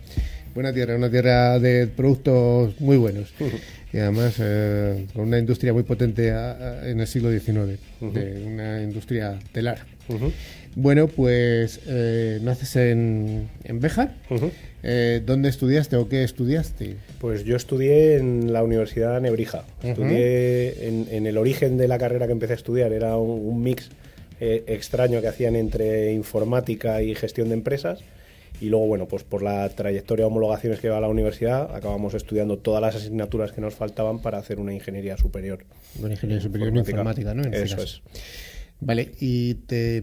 Buena tierra, una tierra de productos muy buenos. Uh-huh. Y además eh, con una industria muy potente a, a, en el siglo diecinueve, uh-huh. de una industria telar. Uh-huh. Bueno, pues eh, naces en, en Béjar. Uh-huh. Eh, ¿Dónde estudiaste o qué estudiaste? Pues yo estudié en la Universidad Nebrija. Uh-huh. Estudié en, en el origen de la carrera que empecé a estudiar. Era un, un mix eh, extraño que hacían entre informática y gestión de empresas. Y luego, bueno, pues por la trayectoria de homologaciones que lleva la universidad, acabamos estudiando todas las asignaturas que nos faltaban para hacer una ingeniería superior. Una ingeniería superior en informática, ¿no? En Eso es. Vale, y te,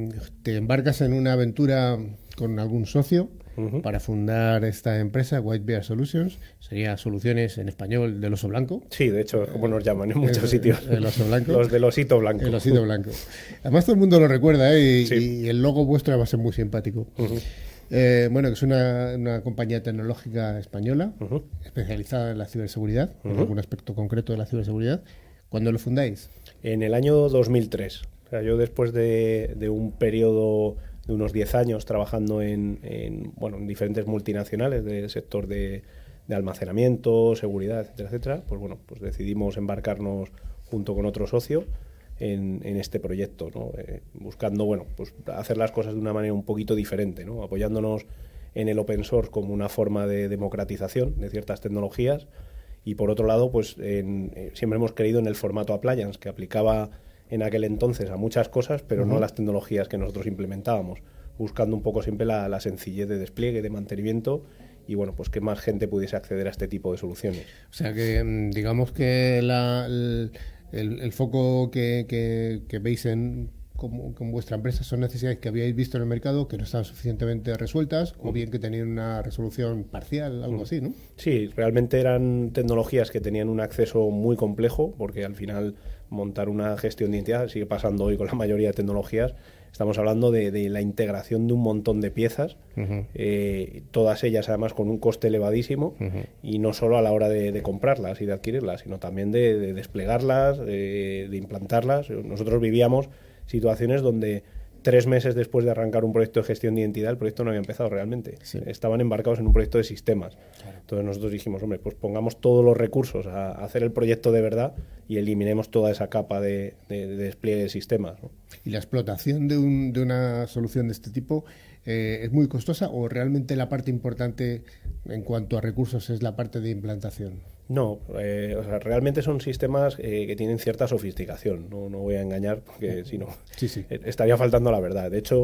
te embarcas en una aventura con algún socio uh-huh. para fundar esta empresa, Webbeer Solutions. Sería Soluciones en español del oso blanco. Sí, de hecho, como nos llaman en muchos el, sitios. El oso blanco. Los del osito blanco. El osito blanco. Además todo el mundo lo recuerda, ¿eh? Y, sí. y el logo vuestro va a ser muy simpático. Uh-huh. Eh, bueno, que es una, una compañía tecnológica española, uh-huh. especializada en la ciberseguridad, uh-huh. en algún aspecto concreto de la ciberseguridad. ¿Cuándo lo fundáis? En el año dos mil tres. O sea, yo después de, de un periodo de unos diez años trabajando en, en, bueno, en diferentes multinacionales del sector de, de almacenamiento, seguridad, etcétera, etcétera, pues bueno, pues decidimos embarcarnos junto con otro socio en, en este proyecto, ¿no? Eh, buscando, bueno, pues hacer las cosas de una manera un poquito diferente, ¿no? Apoyándonos en el open source como una forma de democratización de ciertas tecnologías y por otro lado, pues en, eh, siempre hemos creído en el formato appliance que aplicaba en aquel entonces a muchas cosas, pero uh-huh. no a las tecnologías que nosotros implementábamos, buscando un poco siempre la, la sencillez de despliegue, de mantenimiento y bueno, pues que más gente pudiese acceder a este tipo de soluciones. O sea que digamos que la, el, el, el foco que, que, que veis en con, con vuestra empresa son necesidades que habíais visto en el mercado que no estaban suficientemente resueltas uh-huh. o bien que tenían una resolución parcial, algo uh-huh. así, ¿no? Sí, realmente eran tecnologías que tenían un acceso muy complejo porque al final montar una gestión de identidad sigue pasando hoy con la mayoría de tecnologías. Estamos hablando de, de la integración de un montón de piezas, uh-huh. eh, todas ellas además con un coste elevadísimo uh-huh. y no solo a la hora de, de comprarlas y de adquirirlas, sino también de, de desplegarlas, de, de implantarlas. Nosotros vivíamos situaciones donde tres meses después de arrancar un proyecto de gestión de identidad, el proyecto no había empezado realmente. Sí. Estaban embarcados en un proyecto de sistemas. Claro. Entonces nosotros dijimos, hombre, pues pongamos todos los recursos a, a hacer el proyecto de verdad y eliminemos toda esa capa de, de, de despliegue de sistemas, ¿no? ¿Y la explotación de, un, de una solución de este tipo eh, es muy costosa o realmente la parte importante en cuanto a recursos es la parte de implantación? No, eh, o sea, realmente son sistemas eh, que tienen cierta sofisticación. No, no voy a engañar porque si no sí, sí. estaría faltando la verdad. De hecho,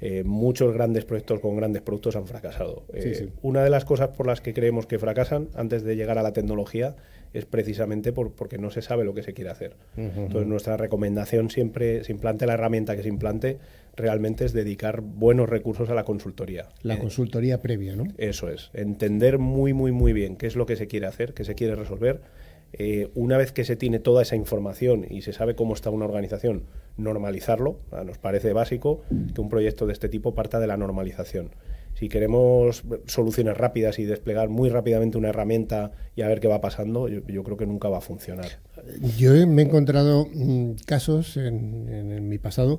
eh, muchos grandes proyectos con grandes productos han fracasado. Eh, Sí, sí. Una de las cosas por las que creemos que fracasan antes de llegar a la tecnología es precisamente por, porque no se sabe lo que se quiere hacer. Ujú. Entonces, nuestra recomendación siempre, se implante la herramienta que se implante, realmente es dedicar buenos recursos a la consultoría. La Eh, consultoría previa, ¿no? Eso es, entender muy, muy, muy bien qué es lo que se quiere hacer, qué se quiere resolver. Eh, una vez que se tiene toda esa información y se sabe cómo está una organización, normalizarlo. O sea, nos parece básico que un proyecto de este tipo parta de la normalización. Si queremos soluciones rápidas y desplegar muy rápidamente una herramienta y a ver qué va pasando, yo, yo creo que nunca va a funcionar. Yo me he encontrado mm, casos en, en- en mi pasado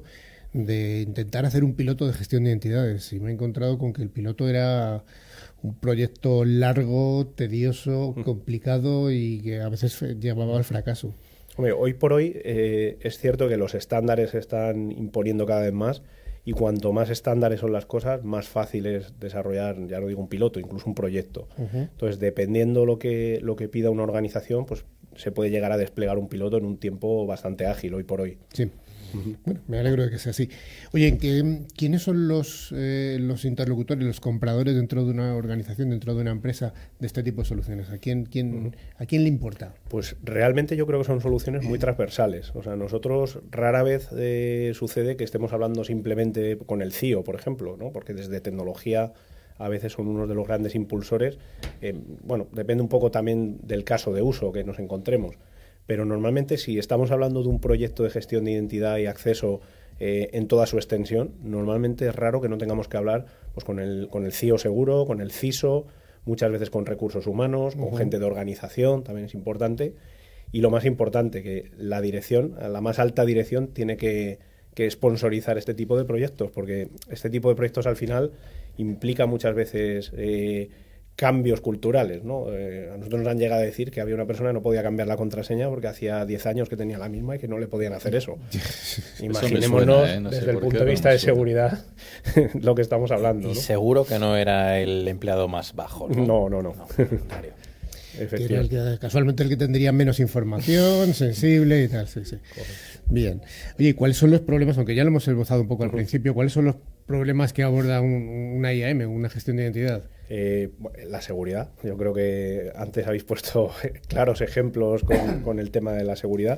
de intentar hacer un piloto de gestión de identidades y me he encontrado con que el piloto era un proyecto largo, tedioso, complicado y que a veces fe- llevaba al fracaso. Hombre, hoy por hoy eh, es cierto que los estándares se están imponiendo cada vez más y cuanto más estándares son las cosas, más fácil es desarrollar, ya no digo un piloto, incluso un proyecto. Ujú. Entonces, dependiendo lo que, lo que pida una organización, pues se puede llegar a desplegar un piloto en un tiempo bastante ágil hoy por hoy. Sí. Bueno, me alegro de que sea así. Oye, ¿qué- ¿quiénes son los, eh, los interlocutores, los compradores dentro de una organización, dentro de una empresa de este tipo de soluciones? ¿A quién, quién, ¿a quién le importa? Pues realmente yo creo que son soluciones muy transversales. O sea, nosotros rara vez eh, sucede que estemos hablando simplemente con el C I O, por ejemplo, ¿no? Porque desde tecnología a veces son unos de los grandes impulsores. Eh, bueno, depende un poco también del caso de uso que nos encontremos. Pero normalmente si estamos hablando de un proyecto de gestión de identidad y acceso eh, en toda su extensión, normalmente es raro que no tengamos que hablar pues, con, el, con el C I O seguro, con el C I S O, muchas veces con recursos humanos, con Ujú. gente de organización, también es importante. Y lo más importante, que la dirección, la más alta dirección, tiene que, que sponsorizar este tipo de proyectos, porque este tipo de proyectos al final implica muchas veces eh, cambios culturales, ¿no? Eh, a nosotros nos han llegado a decir que había una persona que no podía cambiar la contraseña porque hacía diez años que tenía la misma y que no le podían hacer eso. me Imaginémonos suena, ¿eh? No sé desde el por punto qué, de pero vista me de suena. seguridad lo que estamos hablando, Y ¿no? seguro que no era el empleado más bajo, ¿no? No, no, no. al contrario. Que era el Efectivamente. que- casualmente el que tendría menos información, sensible y tal. Sí, sí. Bien. Oye, ¿y ¿cuáles son los problemas? Aunque ya lo hemos esbozado un poco al principio, ¿cuáles son los problemas que aborda un- una I A M, una gestión de identidad? Eh, la seguridad. Yo creo que antes habéis puesto claros ejemplos con, con el tema de la seguridad.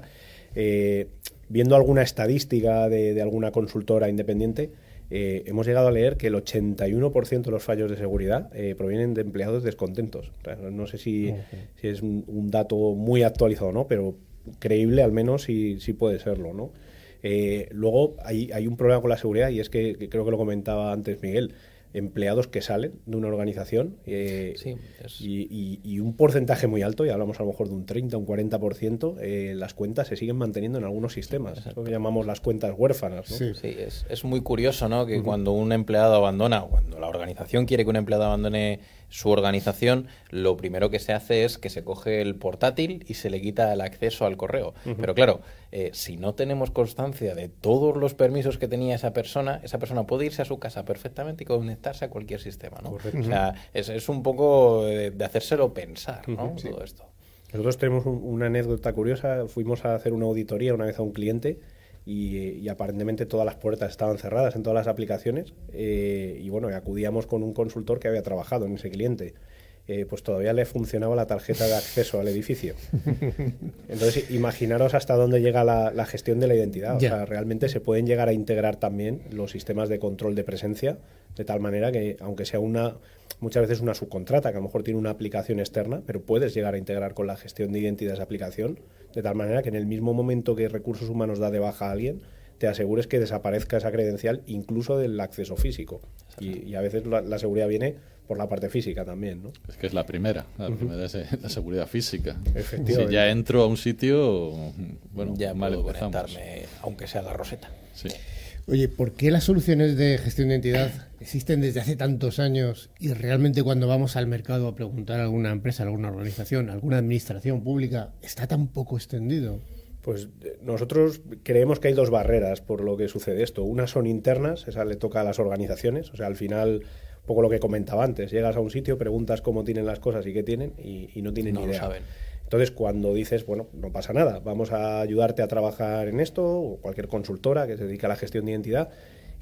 Eh, viendo alguna estadística de, de alguna consultora independiente, eh, hemos llegado a leer que el ochenta y uno por ciento de los fallos de seguridad eh, provienen de empleados descontentos. O sea, no sé si, si es un, un dato muy actualizado o no, pero creíble al menos sí, sí puede serlo, ¿no? Eh, luego hay, hay un problema con la seguridad y es que, que creo que lo comentaba antes Miguel, empleados que salen de una organización eh, Sí, es- y, y- y un porcentaje muy alto, y hablamos a lo mejor de un treinta, un cuarenta por ciento, eh, las cuentas se siguen manteniendo en algunos sistemas. Eso que llamamos las cuentas huérfanas, ¿no? Sí. Sí, es, es muy curioso, ¿no? Que cuando un empleado abandona, o cuando la organización quiere que un empleado abandone su organización, lo primero que se hace es que se coge el portátil y se le quita el acceso al correo. Pero claro, eh, si no tenemos constancia de todos los permisos que tenía esa persona, esa persona puede irse a su casa perfectamente y conectarse a cualquier sistema, ¿no? O sea, es, es un poco de, de hacérselo pensar, ¿no? Ujú, sí. Todo esto. Nosotros tenemos un- una anécdota curiosa. Fuimos a hacer una auditoría una vez a un cliente y, y aparentemente todas las puertas estaban cerradas en todas las aplicaciones. eh, y bueno, acudíamos con un consultor que había trabajado en ese cliente. Eh, pues todavía le funcionaba la tarjeta de acceso al edificio. Entonces, imaginaros hasta dónde llega la, la gestión de la identidad. O Ya. sea, realmente se pueden llegar a integrar también los sistemas de control de presencia, de tal manera que, aunque sea una, muchas veces una subcontrata, que a lo mejor tiene una aplicación externa, pero puedes llegar a integrar con la gestión de identidad esa aplicación, de tal manera que en el mismo momento que Recursos Humanos da de baja a alguien, te asegures que desaparezca esa credencial incluso del acceso físico. Y, y a veces la, la seguridad viene por la parte física también, ¿no? Es que es la primera, la primera es eh, la seguridad física. Efectivamente. Si ya entro a un sitio, bueno, Ya mal puedo empezamos. conectarme, aunque sea la roseta. Sí. Oye, ¿por qué las soluciones de gestión de identidad existen desde hace tantos años y realmente cuando vamos al mercado a preguntar a alguna empresa, a alguna organización, a alguna administración pública, está tan poco extendido? Pues eh, nosotros creemos que hay dos barreras por lo que sucede esto. Una son internas, esa le toca a las organizaciones. O sea, al final, un poco lo que comentaba antes, llegas a un sitio, preguntas cómo tienen las cosas y qué tienen y, y no tienen No ni lo idea. saben. Entonces, cuando dices, bueno, no pasa nada, vamos a ayudarte a trabajar en esto, o cualquier consultora que se dedica a la gestión de identidad,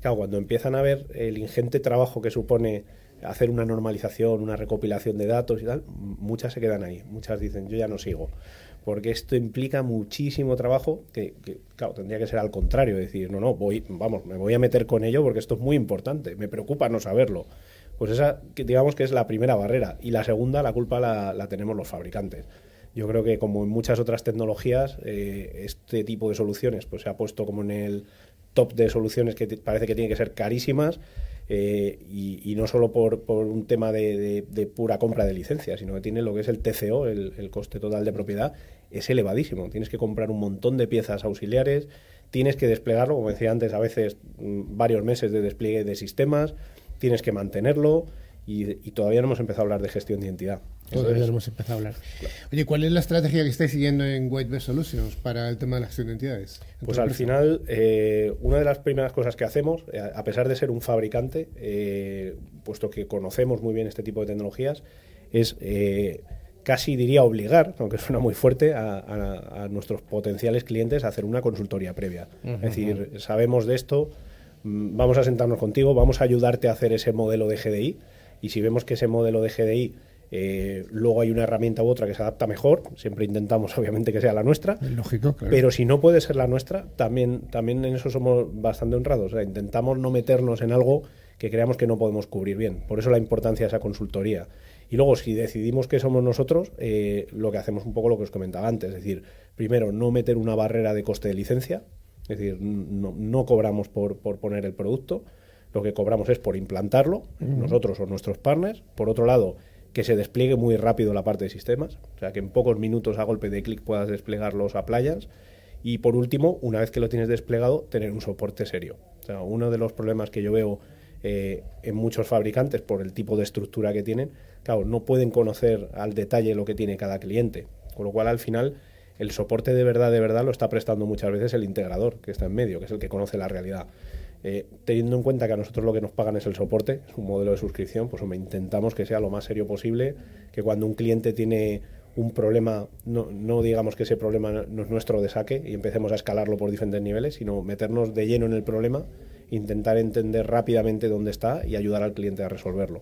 claro, cuando empiezan a ver el ingente trabajo que supone hacer una normalización, una recopilación de datos y tal, muchas se quedan ahí. Muchas dicen, yo ya no sigo. Porque esto implica muchísimo trabajo que, que, claro, tendría que ser al contrario. Decir, no, no, voy, vamos, me voy a meter con ello porque esto es muy importante. Me preocupa no saberlo. Pues esa, que digamos que es la primera barrera. Y la segunda, la culpa la, la tenemos los fabricantes. Yo creo que, como en muchas otras tecnologías, eh, este tipo de soluciones pues se ha puesto como en el top de soluciones que te, parece que tienen que ser carísimas. Eh, y, y no solo por, por un tema de, de, de pura compra de licencias, sino que tiene lo que es el T C O, el, el coste total de propiedad, es elevadísimo. Tienes que comprar un montón de piezas auxiliares, tienes que desplegarlo, como decía antes, a veces m, varios meses de despliegue de sistemas, tienes que mantenerlo y, y todavía no hemos empezado a hablar de gestión de identidad. Todavía Entonces, no hemos empezado a hablar. Claro. Oye, ¿cuál es la estrategia que estáis siguiendo en Whitebird Solutions para el tema de la gestión de entidades? Pues al final, eh, una de las primeras cosas que hacemos, eh, a pesar de ser un fabricante, eh, puesto que conocemos muy bien este tipo de tecnologías, es eh, casi diría obligar, aunque suena muy fuerte, a, a, a nuestros potenciales clientes a hacer una consultoría previa. Uh-huh. Es decir, sabemos de esto, vamos a sentarnos contigo, vamos a ayudarte a hacer ese modelo de G D I, y si vemos que ese modelo de G D I Eh, luego hay una herramienta u otra que se adapta mejor, siempre intentamos obviamente que sea la nuestra, lógico, claro. Pero si no puede ser la nuestra, también, también en eso somos bastante honrados. O sea, intentamos no meternos en algo que creamos que no podemos cubrir bien. Por eso la importancia de esa consultoría. Y luego, si decidimos que somos nosotros, eh, lo que hacemos un poco lo que os comentaba antes, es decir, primero, no meter una barrera de coste de licencia, es decir, no, no cobramos por, por poner el producto, lo que cobramos es por implantarlo, uh-huh. nosotros o nuestros partners. Por otro lado, que se despliegue muy rápido la parte de sistemas, o sea, que en pocos minutos a golpe de clic puedas desplegar los appliances. Y por último, una vez que lo tienes desplegado, tener un soporte serio. O sea, uno de los problemas que yo veo eh, en muchos fabricantes por el tipo de estructura que tienen, claro, no pueden conocer al detalle lo que tiene cada cliente, con lo cual al final el soporte de verdad, de verdad lo está prestando muchas veces el integrador que está en medio, que es el que conoce la realidad. Eh, teniendo en cuenta que a nosotros lo que nos pagan es el soporte, es un modelo de suscripción, pues hombre, intentamos que sea lo más serio posible, que cuando un cliente tiene un problema, no, no digamos que ese problema no es nuestro de saque y empecemos a escalarlo por diferentes niveles, sino meternos de lleno en el problema, intentar entender rápidamente dónde está y ayudar al cliente a resolverlo.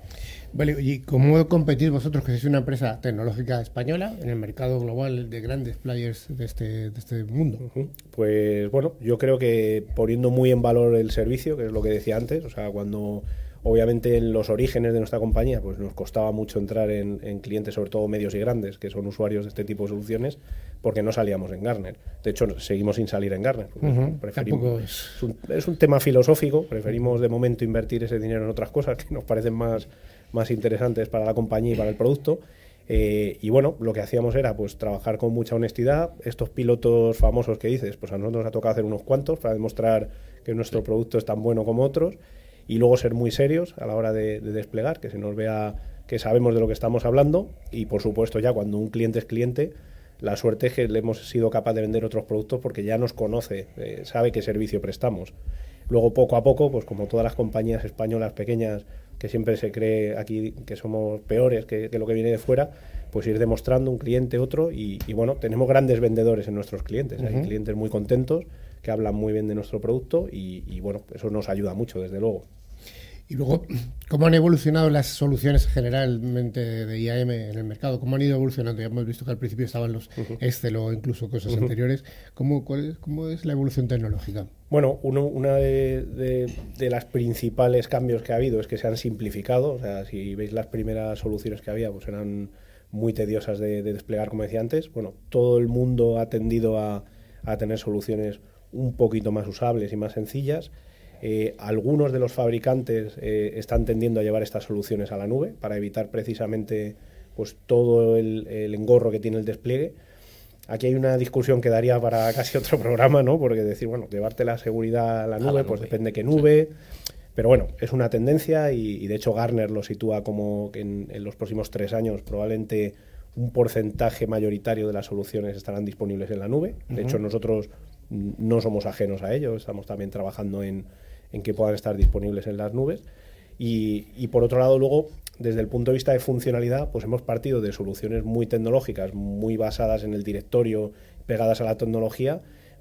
Vale, ¿y cómo competís vosotros, que sois una empresa tecnológica española, en el mercado global de grandes players de este, de este mundo? Uh-huh. Pues bueno, yo creo que poniendo muy en valor el servicio, que es lo que decía antes, o sea, cuando obviamente en los orígenes de nuestra compañía pues nos costaba mucho entrar en, en clientes, sobre todo medios y grandes, que son usuarios de este tipo de soluciones, porque no salíamos en Gartner. De hecho, seguimos sin salir en Gartner. Uh-huh. Preferimos, es... Es, un, es un tema filosófico, preferimos de momento invertir ese dinero en otras cosas que nos parecen más... más interesantes para la compañía y para el producto. Eh, y bueno, lo que hacíamos era pues trabajar con mucha honestidad. Estos pilotos famosos que dices, pues a nosotros nos ha tocado hacer unos cuantos para demostrar que nuestro producto es tan bueno como otros, y luego ser muy serios a la hora de, de desplegar, que se nos vea que sabemos de lo que estamos hablando. Y por supuesto, ya cuando un cliente es cliente, la suerte es que le hemos sido capaz de vender otros productos porque ya nos conoce, eh, sabe qué servicio prestamos. Luego, poco a poco, pues como todas las compañías españolas pequeñas, que siempre se cree aquí que somos peores que, que lo que viene de fuera, pues ir demostrando un cliente, otro, y, y bueno, tenemos grandes vendedores en nuestros clientes. Uh-huh. Hay clientes muy contentos que hablan muy bien de nuestro producto y, y bueno, eso nos ayuda mucho, desde luego. Y luego, ¿cómo han evolucionado las soluciones generalmente de I A M en el mercado? ¿Cómo han ido evolucionando? Ya hemos visto que al principio estaban los uh-huh. Excel o incluso cosas uh-huh. anteriores. ¿Cómo, cuál es, ¿Cómo es la evolución tecnológica? Bueno, uno una de, de, de las principales cambios que ha habido es que se han simplificado. O sea, si veis las primeras soluciones que había, pues eran muy tediosas de, de desplegar, como decía antes. Bueno, todo el mundo ha tendido a, a tener soluciones un poquito más usables y más sencillas. Eh, algunos de los fabricantes eh, están tendiendo a llevar estas soluciones a la nube para evitar precisamente pues todo el, el engorro que tiene el despliegue. Aquí hay una discusión que daría para casi otro programa, ¿no? Porque decir, bueno, llevarte la seguridad a la nube, a la nube. Pues depende qué nube. Sí. Pero bueno, es una tendencia y, y de hecho Gartner lo sitúa como que en, en los próximos tres años probablemente un porcentaje mayoritario de las soluciones estarán disponibles en la nube. De uh-huh. hecho, nosotros no somos ajenos a ello, estamos también trabajando en en que puedan estar disponibles en las nubes. Y, y por otro lado, luego, desde el punto de vista de funcionalidad, pues hemos partido de soluciones muy tecnológicas, muy basadas en el directorio, pegadas a la tecnología,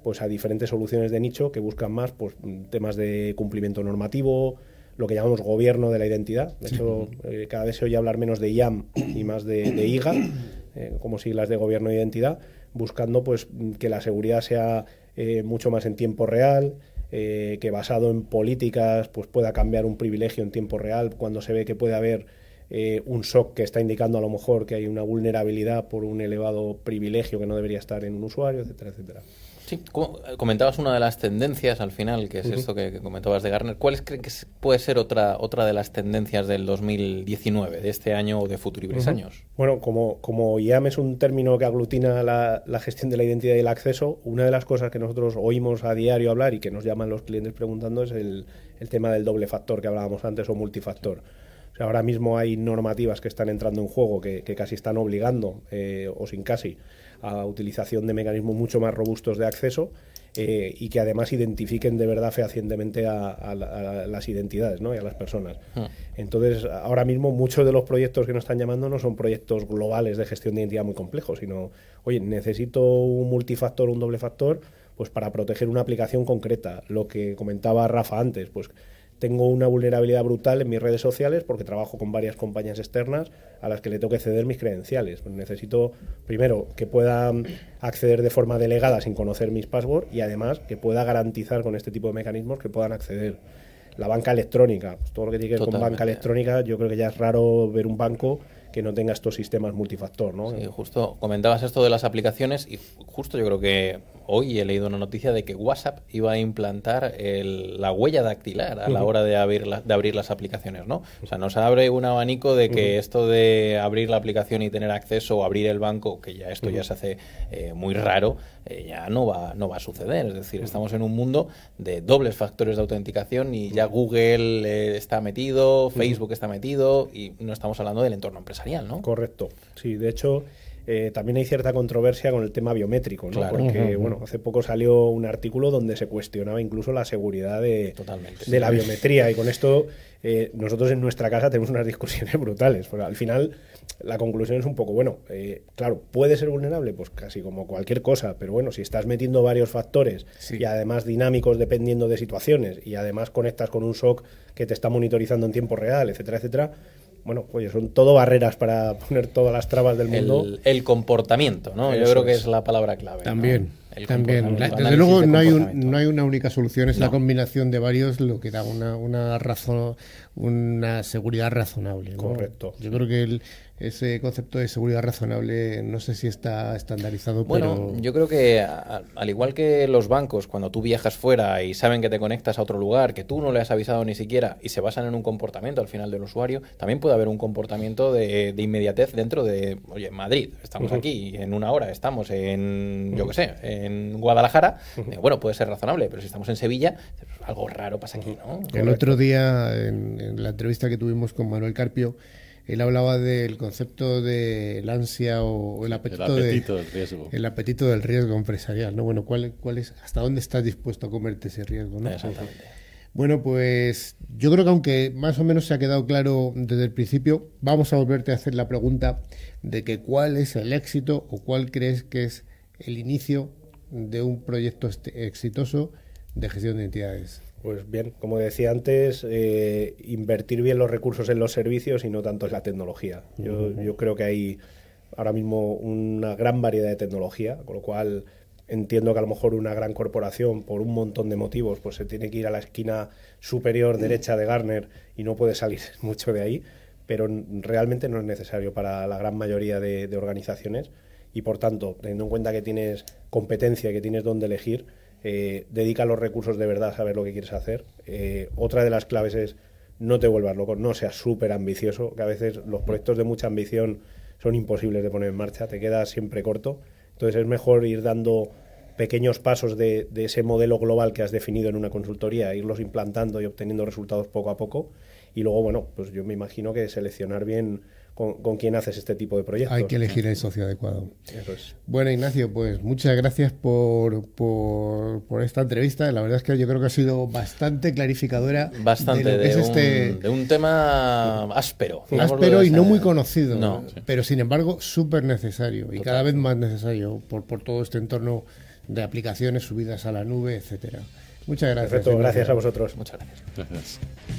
pues a diferentes soluciones de nicho que buscan más pues temas de cumplimiento normativo, lo que llamamos gobierno de la identidad. De hecho, eh, cada vez se oye hablar menos de I A M y más de, de I G A, eh, como siglas de gobierno de identidad, buscando pues que la seguridad sea eh, mucho más en tiempo real, eh, que basado en políticas pues pueda cambiar un privilegio en tiempo real cuando se ve que puede haber eh, un S O C que está indicando a lo mejor que hay una vulnerabilidad por un elevado privilegio que no debería estar en un usuario, etcétera, etcétera. Sí, comentabas una de las tendencias al final, que es uh-huh. esto que, que comentabas de Gartner. ¿Cuál creen que puede ser otra otra de las tendencias del dos mil diecinueve, de este año o de futuros uh-huh. años? Bueno, como, como I A M es un término que aglutina la, la gestión de la identidad y el acceso, una de las cosas que nosotros oímos a diario hablar y que nos llaman los clientes preguntando es el, el tema del doble factor que hablábamos antes o multifactor. O sea, ahora mismo hay normativas que están entrando en juego que, que casi están obligando, eh, o sin casi, a utilización de mecanismos mucho más robustos de acceso eh, y que además identifiquen de verdad fehacientemente a, a, a las identidades, ¿no? Y a las personas. Ah. Entonces, ahora mismo muchos de los proyectos que nos están llamando no son proyectos globales de gestión de identidad muy complejos, sino, oye, necesito un multifactor, un doble factor, pues para proteger una aplicación concreta. Lo que comentaba Rafa antes, pues tengo una vulnerabilidad brutal en mis redes sociales porque trabajo con varias compañías externas a las que le tengo que ceder mis credenciales. Pues necesito, primero, que pueda acceder de forma delegada sin conocer mis passwords y además que pueda garantizar con este tipo de mecanismos que puedan acceder. La banca electrónica, pues todo lo que tiene que ver con banca electrónica, yo creo que ya es raro ver un banco que no tenga estos sistemas multifactor, ¿no? Sí, justo comentabas esto de las aplicaciones y justo yo creo que hoy he leído una noticia de que WhatsApp iba a implantar el, la huella dactilar a uh-huh. la hora de abrir, la, de abrir las aplicaciones, ¿no? O sea, nos abre un abanico de que uh-huh. esto de abrir la aplicación y tener acceso o abrir el banco, que ya esto uh-huh. ya se hace eh, muy raro, eh, ya no va, no va a suceder. Es decir, uh-huh. estamos en un mundo de dobles factores de autenticación y ya Google eh, está metido, Facebook uh-huh. está metido y no estamos hablando del entorno empresarial, ¿no? Correcto. Sí, de hecho, eh, también hay cierta controversia con el tema biométrico, ¿no? Claro. Porque, uh-huh. bueno, hace poco salió un artículo donde se cuestionaba incluso la seguridad de, Totalmente, de sí. la biometría y con esto eh, nosotros en nuestra casa tenemos unas discusiones brutales, porque al final la conclusión es un poco, bueno, eh, claro, ¿puede ser vulnerable? Pues casi como cualquier cosa, pero bueno, si estás metiendo varios factores sí. y además dinámicos dependiendo de situaciones y además conectas con un S O C que te está monitorizando en tiempo real, etcétera, etcétera, bueno, oye, son todo barreras para poner todas las trabas del mundo. El, el comportamiento, ¿no? Eso Yo creo que es. es la palabra clave. También, ¿no? también. La, desde luego de no hay, un, no hay una única solución, es no. la combinación de varios lo que da una, una razón, una seguridad razonable, ¿no? Correcto. Yo creo que el, ese concepto de seguridad razonable no sé si está estandarizado, bueno, pero... yo creo que a, al igual que los bancos, cuando tú viajas fuera y saben que te conectas a otro lugar, que tú no le has avisado ni siquiera y se basan en un comportamiento al final del usuario, también puede haber un comportamiento de, de inmediatez dentro de, oye, Madrid, estamos uh-huh. aquí, en una hora estamos en, uh-huh. yo qué sé, en Guadalajara, uh-huh. eh, bueno, puede ser razonable, pero si estamos en Sevilla, algo raro pasa aquí, ¿no? El Correcto. Otro día, en, en la entrevista que tuvimos con Manuel Carpio, él hablaba del concepto del ansia o el apetito, el apetito de, del riesgo. El apetito del riesgo empresarial, ¿no? Bueno, ¿cuál, cuál es, ¿hasta dónde estás dispuesto a comerte ese riesgo, ¿no? Exactamente. Bueno, pues yo creo que aunque más o menos se ha quedado claro desde el principio, vamos a volverte a hacer la pregunta de que cuál es el éxito o cuál crees que es el inicio de un proyecto exitoso de gestión de entidades. Pues bien, como decía antes, eh, invertir bien los recursos en los servicios y no tanto en la tecnología. Yo, uh-huh. yo creo que hay ahora mismo una gran variedad de tecnología, con lo cual entiendo que a lo mejor una gran corporación, por un montón de motivos, pues se tiene que ir a la esquina superior derecha de Gartner y no puede salir mucho de ahí, pero realmente no es necesario para la gran mayoría de, de organizaciones y, por tanto, teniendo en cuenta que tienes competencia y que tienes dónde elegir, Eh, dedica los recursos de verdad a saber lo que quieres hacer. Eh, otra de las claves es no te vuelvas loco, no seas súper ambicioso, que a veces los proyectos de mucha ambición son imposibles de poner en marcha, te quedas siempre corto. Entonces es mejor ir dando pequeños pasos de, de ese modelo global que has definido en una consultoría, irlos implantando y obteniendo resultados poco a poco. Y luego, bueno, pues yo me imagino que seleccionar bien con, con quién haces este tipo de proyectos. Hay que elegir el socio adecuado. Eso es. Bueno, Ignacio, pues muchas gracias por, por, por esta entrevista. La verdad es que yo creo que ha sido bastante clarificadora. Bastante, de, lo que de, es un, este, de un tema áspero. Áspero y no muy conocido, no. pero sin embargo súper necesario y Total. Cada vez más necesario por, por todo este entorno de aplicaciones subidas a la nube, etcétera. Muchas gracias. Perfecto, Ignacio. gracias a vosotros. Muchas gracias. Gracias.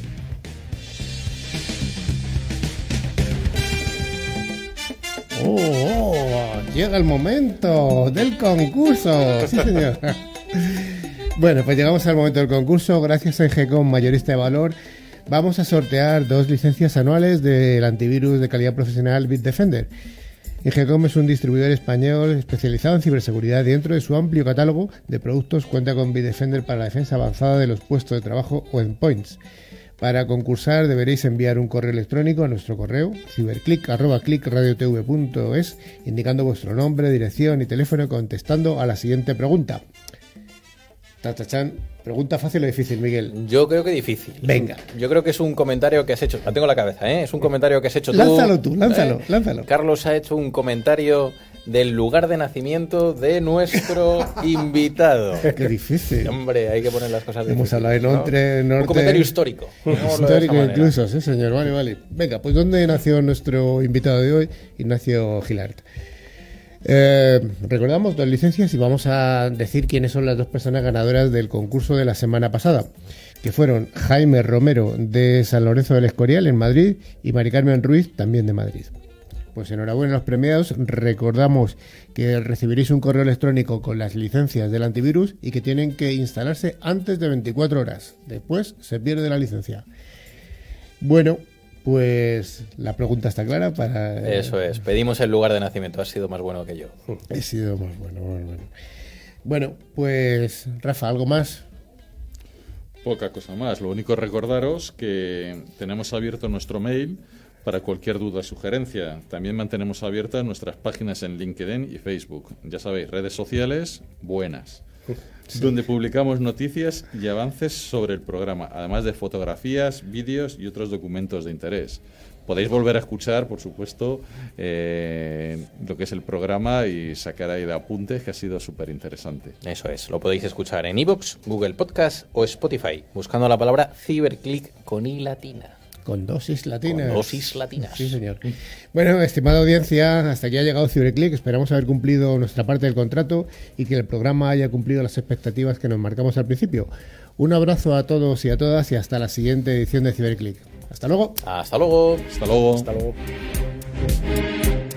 Oh, oh, llega el momento del concurso. Sí, señor. Bueno, pues llegamos al momento del concurso. Gracias a Engecom, mayorista de valor, vamos a sortear dos licencias anuales del antivirus de calidad profesional Bitdefender. Engecom es un distribuidor español especializado en ciberseguridad. Dentro de su amplio catálogo de productos cuenta con Bitdefender para la defensa avanzada de los puestos de trabajo o endpoints. Para concursar deberéis enviar un correo electrónico a nuestro correo ciberclick arroba click radio t v punto es indicando vuestro nombre, dirección y teléfono, contestando a la siguiente pregunta. Tachachán, pregunta fácil o difícil, Miguel. Yo creo que difícil. Venga. Yo creo que es un comentario que has hecho. La tengo en la cabeza, ¿eh? Es un comentario que has hecho tú. Lánzalo tú, lánzalo, ¿eh? lánzalo. Carlos ha hecho un comentario del lugar de nacimiento de nuestro invitado. Qué difícil. Hombre, hay que poner las cosas Hemos difíciles, hablado de ¿no? norte, norte. Un comentario histórico. digámoslo de Histórico esa manera. incluso, sí, señor. Vale, vale. Venga, pues ¿dónde nació nuestro invitado de hoy? Ignacio Gilart. Eh, recordamos dos licencias y vamos a decir quiénes son las dos personas ganadoras del concurso de la semana pasada, que fueron Jaime Romero de San Lorenzo del Escorial en Madrid y Mari Carmen Ruiz también de Madrid. Pues enhorabuena a los premiados. Recordamos que recibiréis un correo electrónico con las licencias del antivirus y que tienen que instalarse antes de veinticuatro horas. Después se pierde la licencia. Bueno, pues la pregunta está clara para... Eso es. Pedimos el lugar de nacimiento. Has sido más bueno que yo. He sido más bueno, más bueno. Bueno, pues Rafa, ¿algo más? Poca cosa más. Lo único recordaros que tenemos abierto nuestro mail para cualquier duda o sugerencia. También mantenemos abiertas nuestras páginas en LinkedIn y Facebook. Ya sabéis, redes sociales buenas, sí, donde publicamos noticias y avances sobre el programa, además de fotografías, vídeos y otros documentos de interés. Podéis volver a escuchar, por supuesto, eh, lo que es el programa y sacar ahí de apuntes, que ha sido súper interesante. Eso es. Lo podéis escuchar en iVoox, Google Podcast o Spotify, buscando la palabra Ciberclick con I latina. Con dosis latinas. Con dosis latinas. Sí, señor. Bueno, estimada audiencia, hasta aquí ha llegado Ciberclick. Esperamos haber cumplido nuestra parte del contrato y que el programa haya cumplido las expectativas que nos marcamos al principio. Un abrazo a todos y a todas y hasta la siguiente edición de Ciberclick. Hasta luego. Hasta luego. Hasta luego. Hasta luego.